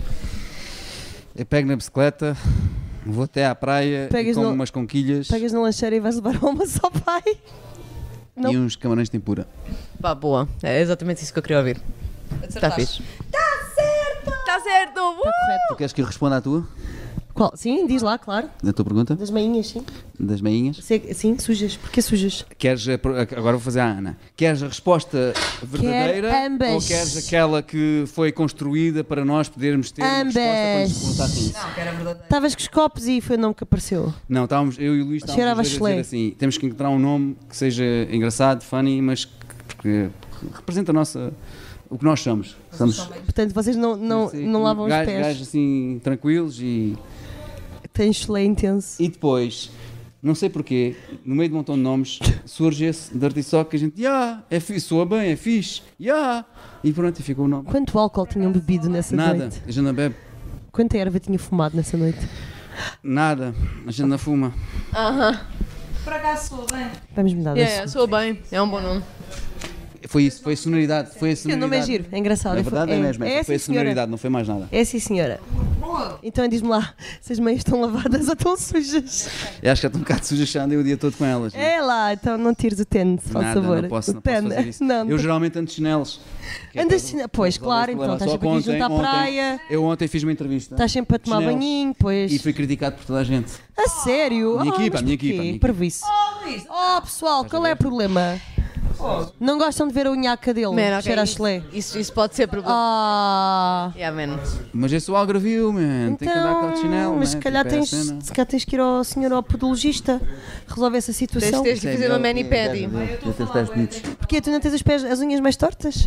S1: Eu pego na bicicleta, vou até à praia
S3: Pegas
S1: e como
S3: no-
S1: umas conquilhas
S3: Pegas na lancheira e vais levar uma ao pai. Não.
S1: e uns camarões de tempura.
S2: Pá, boa. É exatamente isso que eu queria ouvir. Está fixe. Está certo! Está certo!
S3: Está correto.
S1: Tu queres que eu responda à tua?
S3: Qual? Sim, diz lá, claro.
S1: A tua pergunta?
S3: Das meinhas, sim.
S1: Das meinhas?
S3: Sei- Sim, sujas. Porquê sujas?
S1: Queres a, agora vou fazer a Ana. Queres a resposta verdadeira
S3: Quero ambas.
S1: ou queres aquela que foi construída para nós podermos ter uma resposta quando
S3: Ambas.
S1: nos perguntassem isso?
S4: Não, que era verdadeiro.
S3: Estavas com os copos e foi o nome que apareceu.
S1: Não, estávamos, eu e o Luís estávamos
S3: Cheirava
S1: a dizer
S3: chulé.
S1: assim, temos que encontrar um nome que seja engraçado, funny, mas que, porque representa a nossa, o que nós somos. Somos
S3: Portanto, vocês não, não,
S1: assim,
S3: não lavam os
S1: gajos,
S3: pés.
S1: gajos assim tranquilos e,
S3: Têm chulé intenso.
S1: e depois, não sei porquê, no meio de um montão de nomes, surge esse Dirty Sock que a gente, yeah, é fixe, soa bem, é fixe, yeah, e pronto, e ficou o nome.
S3: Quanto álcool tinham bebido nessa
S1: Nada,
S3: noite?
S1: a gente não bebe
S3: Quanta erva tinha fumado nessa noite?
S1: nada, a gente não fuma.
S2: Aham.
S4: Por acaso sou bem.
S3: Vamos mudar de
S2: Yeah,
S3: assunto.
S2: sou bem. É um bom nome.
S1: Foi isso, foi a sonoridade, foi a
S3: O
S1: sonoridade.
S3: nome é giro, é engraçado.
S1: Na verdade é, mesmo,
S3: é,
S1: foi a
S3: sim, senhora.
S1: sonoridade, não foi mais nada.
S3: É sim, senhora. Então diz-me lá, se as meias estão lavadas ou estão sujas?
S1: Eu acho que já estou um bocado suja, já andei o dia todo com elas. não é?
S3: É lá, então não tires o tênis, por
S1: Nada,
S3: favor.
S1: não posso,
S3: o
S1: não posso
S3: tênis.
S1: fazer isso.
S3: Não,
S1: Eu geralmente ando de chinelos. Que é
S3: Andas
S1: para-
S3: de chine- Pois,
S1: para
S3: claro,
S1: resolver
S3: então
S1: esse
S3: estás
S1: problema.
S3: sempre
S1: Só
S3: aqui
S1: que
S3: junto à
S1: ontem-
S3: praia,
S1: Eu ontem fiz uma entrevista
S3: estás sempre a tomar
S1: chinelos.
S3: banhinho, pois.
S1: e fui criticado por toda a gente.
S3: A sério?
S1: Minha
S3: Ah,
S1: equipa,
S3: mas
S1: minha
S3: porquê?
S1: equipa, minha
S3: Para
S1: equipa.
S3: isso. Oh, pessoal, qual é o problema? Não gostam de ver a unhaca dele?
S2: Man, ok,
S3: Cheira a
S2: isso-
S3: chulé.
S2: Isso, isso pode ser problema.
S3: Ah.
S2: Yeah, man.
S1: Mas esse o algravio, man. Tem que andar com aquele chinelo,
S3: Então, mas
S1: man.
S3: se calhar,
S1: Tipo, é a
S3: tens,
S1: cena.
S3: se calhar tens que ir ao senhor ao podologista resolver essa situação.
S2: Tens, tens que fazer uma mani-pedi.
S1: Eu tenho os pés bonitos.
S3: Porquê? Tu não tens os pés, as unhas mais tortas?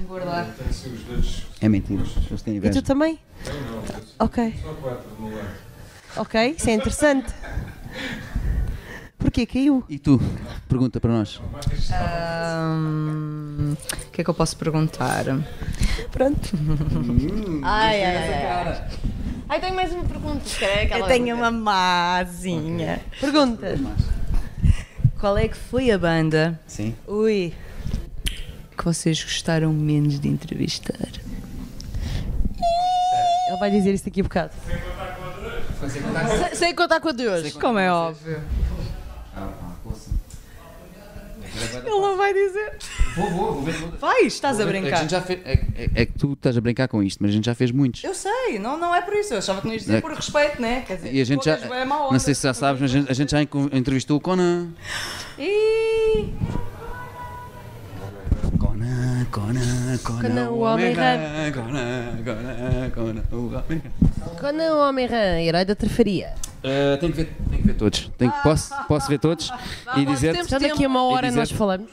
S1: É mentira. Eles têm
S3: E
S1: inveja.
S3: tu também? Ok. Ok, isso é interessante. Porquê? Caiu?
S1: E tu? Pergunta para nós.
S4: Ahm, O que é que eu posso perguntar?
S3: Pronto.
S2: Ai, ai, ai, ai. Ai, tenho mais uma pergunta. Se calhar é aquela
S4: Eu tenho
S2: pergunta.
S4: uma mazinha.
S3: Pergunta.
S4: Qual é que foi a banda
S1: Sim.
S3: Ui.
S4: que vocês gostaram menos de entrevistar?
S3: Ele vai dizer isso daqui a bocado.
S2: Se- Sem contar com a de hoje.
S4: Como é óbvio. Ele não vai dizer.
S1: Vou, vou, vou ver.
S4: Vai, estás a
S1: A
S4: brincar.
S1: gente já fez, é, é- é que tu estás a brincar com isto, mas a gente já fez muitos.
S4: Eu sei, não, não é por isso. Eu achava que não ias dizer
S1: É.
S4: por respeito, né? Quer dizer,
S1: E a gente já,
S4: poucas é má onda.
S1: não sei se já sabes, mas a gente, a gente já enco- entrevistou o Conan.
S4: Ih,
S1: Conan, Conan, Conan,
S3: Conan, o Homem-Rã.
S1: Conan, Conan, Conan, o Homem-Rã.
S3: Quando é o Homem-Rã, herói da trafaria.
S1: Uh, tenho, que ver, tenho que ver todos. Tenho, que- posso, posso ver todos e dizer-te.
S2: temos-
S3: Já daqui a uma hora
S1: E dizer-
S3: nós falamos.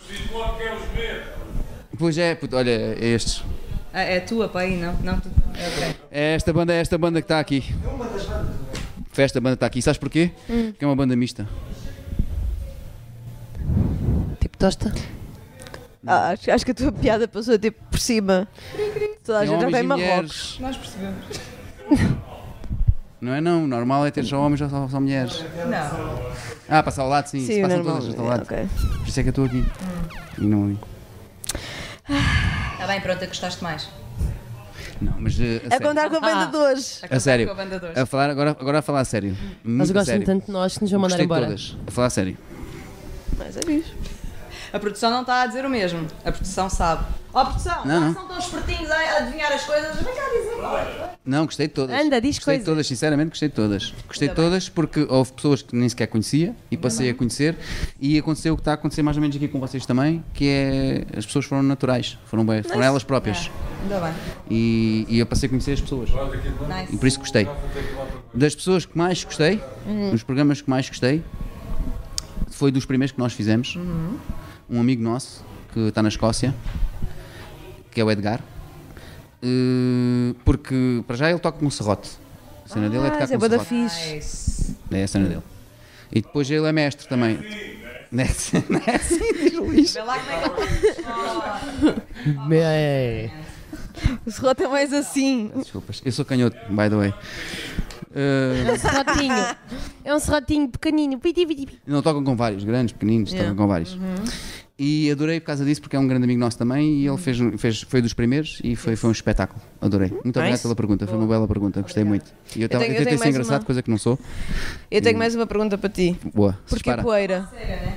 S1: Pois é, puto, olha, é estes.
S4: ah, é tua, pai? Não, não. Tu... é ok.
S1: É esta banda, é esta banda que está aqui. Foi esta banda que está aqui. Sabes porquê? Porque é uma banda mista.
S3: Tipo tosta.
S2: Ah, acho, acho que a tua piada passou tipo por cima. Toda a
S1: Tem
S2: gente já
S1: homens
S2: vem
S1: e
S2: em Marrocos.
S1: mulheres.
S4: Nós percebemos.
S1: Não é não, normal é ter só homens ou só, só mulheres.
S4: Não.
S1: Ah, passar ao lado, sim,
S2: Sim,
S1: se passam
S2: normal.
S1: todas ao lado.
S2: Ok.
S1: Por isso é que eu estou aqui. E não ali.
S4: Está bem, pronto, gostaste mais.
S1: Não, mas uh, a,
S2: A
S1: sério.
S2: contar com a banda de hoje.
S1: A sério.
S4: Com a banda de hoje.
S1: A falar, agora, agora a falar a sério.
S3: Mas
S1: Muito a
S3: gostam
S1: sério.
S3: tanto de nós que nos vão mandar
S1: Gostei de
S3: embora.
S1: todas. A falar a sério.
S2: Mas é isso.
S4: A produção não está a dizer o mesmo. A produção sabe. Ó, oh, produção,
S1: Não,
S4: não,
S1: não.
S4: são tão espertinhos a adivinhar as coisas. Vem cá dizer. Olha.
S1: Não, gostei de todas.
S3: Anda, diz
S1: Gostei
S3: coisas.
S1: de todas, sinceramente gostei de todas. Gostei de
S4: Ainda bem.
S1: todas porque houve pessoas que nem sequer conhecia e passei a conhecer e aconteceu o que está a acontecer mais ou menos aqui com vocês também, que é as pessoas foram naturais, foram bem, foram elas próprias.
S4: Ainda bem.
S1: E, e eu passei a conhecer as pessoas.
S4: Nice.
S1: E por isso gostei. Das pessoas que mais gostei, dos programas que mais gostei, foi dos primeiros que nós fizemos. Um amigo nosso que está na Escócia, que é o Edgar, eh, porque para já ele toca com um serrote. A cena dele é tocar
S2: Ah,
S1: com
S2: é
S1: um
S2: bué da
S1: serrote.
S2: fixe.
S4: Nice.
S1: É a cena dele. E depois ele é mestre também. Não é assim, não é assim, diz o Luís.
S4: Vê lá como é que ele
S3: Bem.
S2: O serrote é mais assim.
S1: Desculpas, eu sou canhoto, by the way.
S3: É
S1: Eh,
S3: um serrotinho. É um serrotinho pequenino. Piti, piti, piti.
S1: não tocam com vários, grandes, pequeninos,
S2: Yeah.
S1: tocam com vários. E adorei por causa disso, porque é um grande amigo nosso também e ele fez, fez, foi dos primeiros e foi, foi um espetáculo. Adorei. Muito obrigado
S2: Nice.
S1: pela pergunta, foi uma bela pergunta, gostei muito. E eu, tava,
S2: tenho-
S1: eu
S2: eu
S1: tentei
S2: tenho
S1: ser
S2: mais
S1: engraçado,
S2: uma.
S1: coisa que não sou.
S2: Eu tenho
S1: E-
S2: mais uma pergunta para ti.
S1: Boa, se
S2: Porquê
S1: repara,
S2: poeira?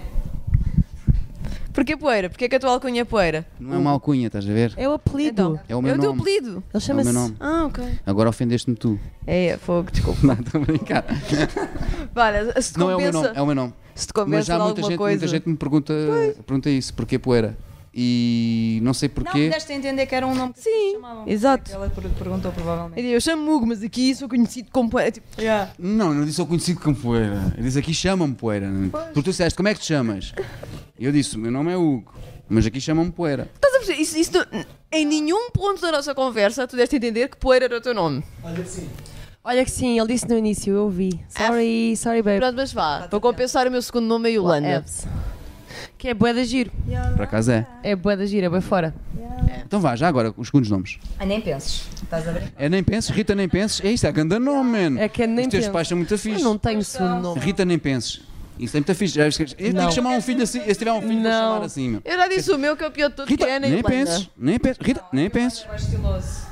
S2: Porquê poeira? Porquê que a tua alcunha é poeira?
S1: não é uma alcunha, estás a ver?
S3: É o apelido.
S2: Então,
S1: É o meu
S2: é o teu
S1: nome.
S2: apelido.
S3: Ele
S1: É o
S3: chama-se.
S1: meu nome.
S2: Ah, ok.
S1: Agora ofendeste-me tu.
S2: É, é, fogo, desculpa.
S1: Não, estou a brincar.
S2: Olha, se te
S1: Não é o meu
S2: compensa,
S1: nome, é o meu nome.
S2: se te
S1: Mas
S2: compensa
S1: já
S2: de
S1: muita
S2: alguma
S1: gente,
S2: coisa.
S1: muita gente me pergunta, pergunta isso, porquê poeira? E não sei
S4: Não,
S1: porquê.
S4: deste a entender que era um nome que
S2: Sim,
S4: se chamavam.
S2: exato.
S4: Ela per- perguntou provavelmente.
S2: Eu digo, eu chamo Hugo, mas aqui sou conhecido como poeira. Tipo,
S4: Yeah.
S1: Não, eu não disse sou conhecido como poeira. Eu disse aqui chama-me poeira. Porque tu disseste, como é que te chamas? E eu disse, o meu nome é Hugo, mas aqui chamam-me poeira.
S2: estás a perceber? Isso, isso não- em nenhum ponto da nossa conversa tu deste a entender que poeira era o teu nome.
S3: Olha que sim, ele disse no início, eu ouvi. Sorry, sorry, babe.
S2: Pronto, mas vá. Para compensar, o meu segundo nome é Yolanda.
S3: Evs. Que é bué da giro.
S1: Por acaso é.
S3: É bué da giro, é bué fora.
S1: Então vá, já agora, os segundos nomes.
S4: Ah, nem penses. Estás a ver?
S1: É nem penses, Rita nem penses. É isso, é grande nome, man.
S3: É que é nem
S1: Os teus
S3: penso.
S1: pais são muito
S3: Eu
S1: fixe.
S3: não tenho segundo nome.
S1: Rita nem penses. Isso é muito fixe. Já viste que- Eu tenho
S3: Não.
S1: que chamar um filho assim. Se tiver um filho, vou
S3: Não.
S1: chamar assim, meu.
S2: Eu já disse o meu, que é o pior de todos,
S1: Rita,
S2: que é na
S1: nem
S2: Irlanda.
S1: penses. Nem penses. Rita, nem penses.
S4: Mais estiloso.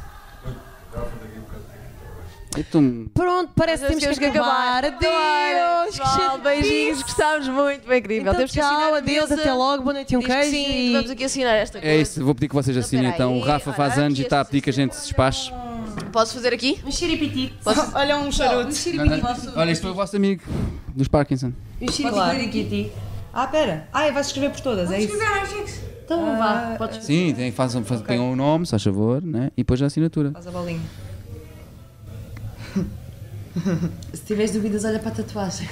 S1: Então,
S3: Pronto, parece que
S2: Mas
S3: temos que acabar. Adeus! que
S2: Pessoal, beijinhos, gostámos muito, bem incrível.
S3: Então,
S2: Temos que assinar
S3: tchau,
S2: a
S3: adeus,
S2: mesa.
S3: até logo, boa noite e um
S2: Diz que
S3: queijo.
S2: sim,
S3: e-
S2: vamos aqui assinar esta coisa.
S1: é isso. Vou pedir que vocês assinem
S2: Então,
S1: então. O
S2: peraí,
S1: Rafa faz
S2: olha,
S1: anos
S2: aqui
S1: e está a
S2: este
S1: pedir que a gente se despache.
S2: Posso fazer aqui?
S3: Um xiripiti.
S4: Olha um charuto.
S1: Olha, isto foi o vosso amigo dos Parkinson.
S3: Um
S4: Claro.
S3: xiripiti.
S4: Ah, pera. Ah, vais escrever por todas, é isso?
S3: Então vá, podes
S1: Sim, tem, faz, faz, tem um nome, se faz favor, né? E depois a assinatura.
S4: Faz a bolinha.
S3: Se tiveres dúvidas, olha para a tatuagem.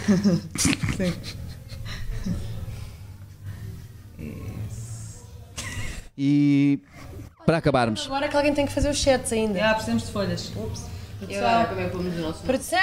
S1: E para acabarmos,
S3: Agora que alguém tem que fazer os chats ainda.
S4: Já, precisamos de folhas.
S2: E agora, como é que pomos o nosso?
S3: Produção!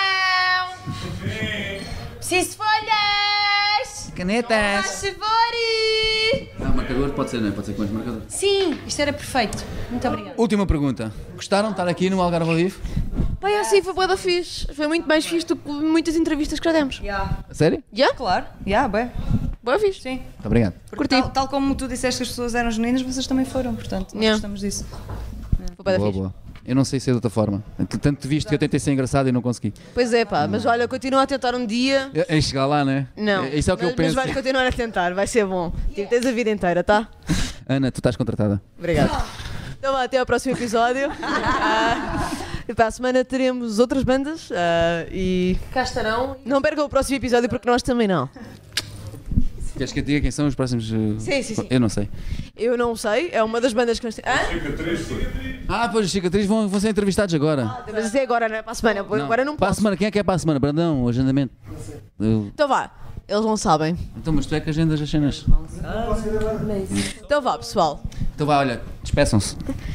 S3: Preciso de folhas!
S1: canetas.
S3: Faz favor!
S1: Ah, marcador pode ser, não é? Pode ser quantos marcadores?
S3: Sim, isto era perfeito. Muito obrigada.
S1: Última pergunta. Gostaram de estar aqui no Algarve ao vivo?
S2: Pai, assim foi boa da fixe. Foi muito mais fixe do que muitas entrevistas que já demos.
S4: Já.
S1: A sério?
S2: Já?
S4: Claro. Já, bem.
S2: Boa fixe.
S4: Sim.
S1: Muito obrigado.
S4: Porque
S2: Curti.
S4: tal, tal como tu disseste que as pessoas eram genuínas, vocês também foram, portanto, nós
S2: Yeah.
S4: gostamos disso.
S2: Foi bué da
S1: Boa,
S2: fixe.
S1: boa. Eu não sei ser de outra forma. Tanto te visto que eu tentei ser engraçado e não consegui.
S2: Pois é, pá, mas olha, continua a tentar um dia.
S1: É é chegar lá, né?
S2: Não.
S1: É, isso é o que
S2: mas,
S1: eu penso.
S2: Mas vais continuar a tentar, vai ser bom. Tipo, tens a vida inteira, tá?
S1: Ana, tu estás contratada.
S2: Obrigada. Então vá, até ao próximo episódio. Ah, e para a semana teremos outras bandas ah, e
S3: Cá estarão.
S2: não percam o próximo episódio porque nós também não.
S1: Queres que eu te diga quem são os próximos? uh,
S2: Sim, sim, sim.
S1: Eu não sei.
S2: Eu não sei, é uma das bandas que nós temos. Ah?
S1: Ah, pois os cicatrizes vão, vão ser entrevistados agora.
S2: Mas isso é agora, não é para a semana. Agora não
S1: Para a
S2: posso.
S1: semana, quem é que é para a semana? Brandão, o agendamento. Eu-
S2: Então vá, eles não sabem.
S1: Então, mas tu é que agendas as cenas.
S2: Então vá, pessoal.
S1: Então vá, olha, despeçam-se.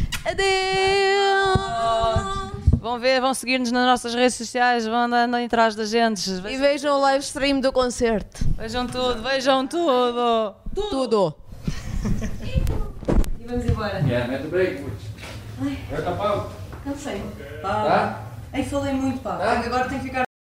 S2: Adeus!
S4: Vão ver, vão seguir-nos nas nossas redes sociais, vão andando atrás da gente.
S2: E vejam o live stream do concerto.
S4: Vejam tudo, vejam tudo.
S2: Tudo.
S3: E vamos embora.
S1: Yeah, mete o break. Vai tapar.
S3: Cansei.
S1: Tá?
S3: Aí falei muito, pá.
S1: Tá?
S3: Agora tem que ficar.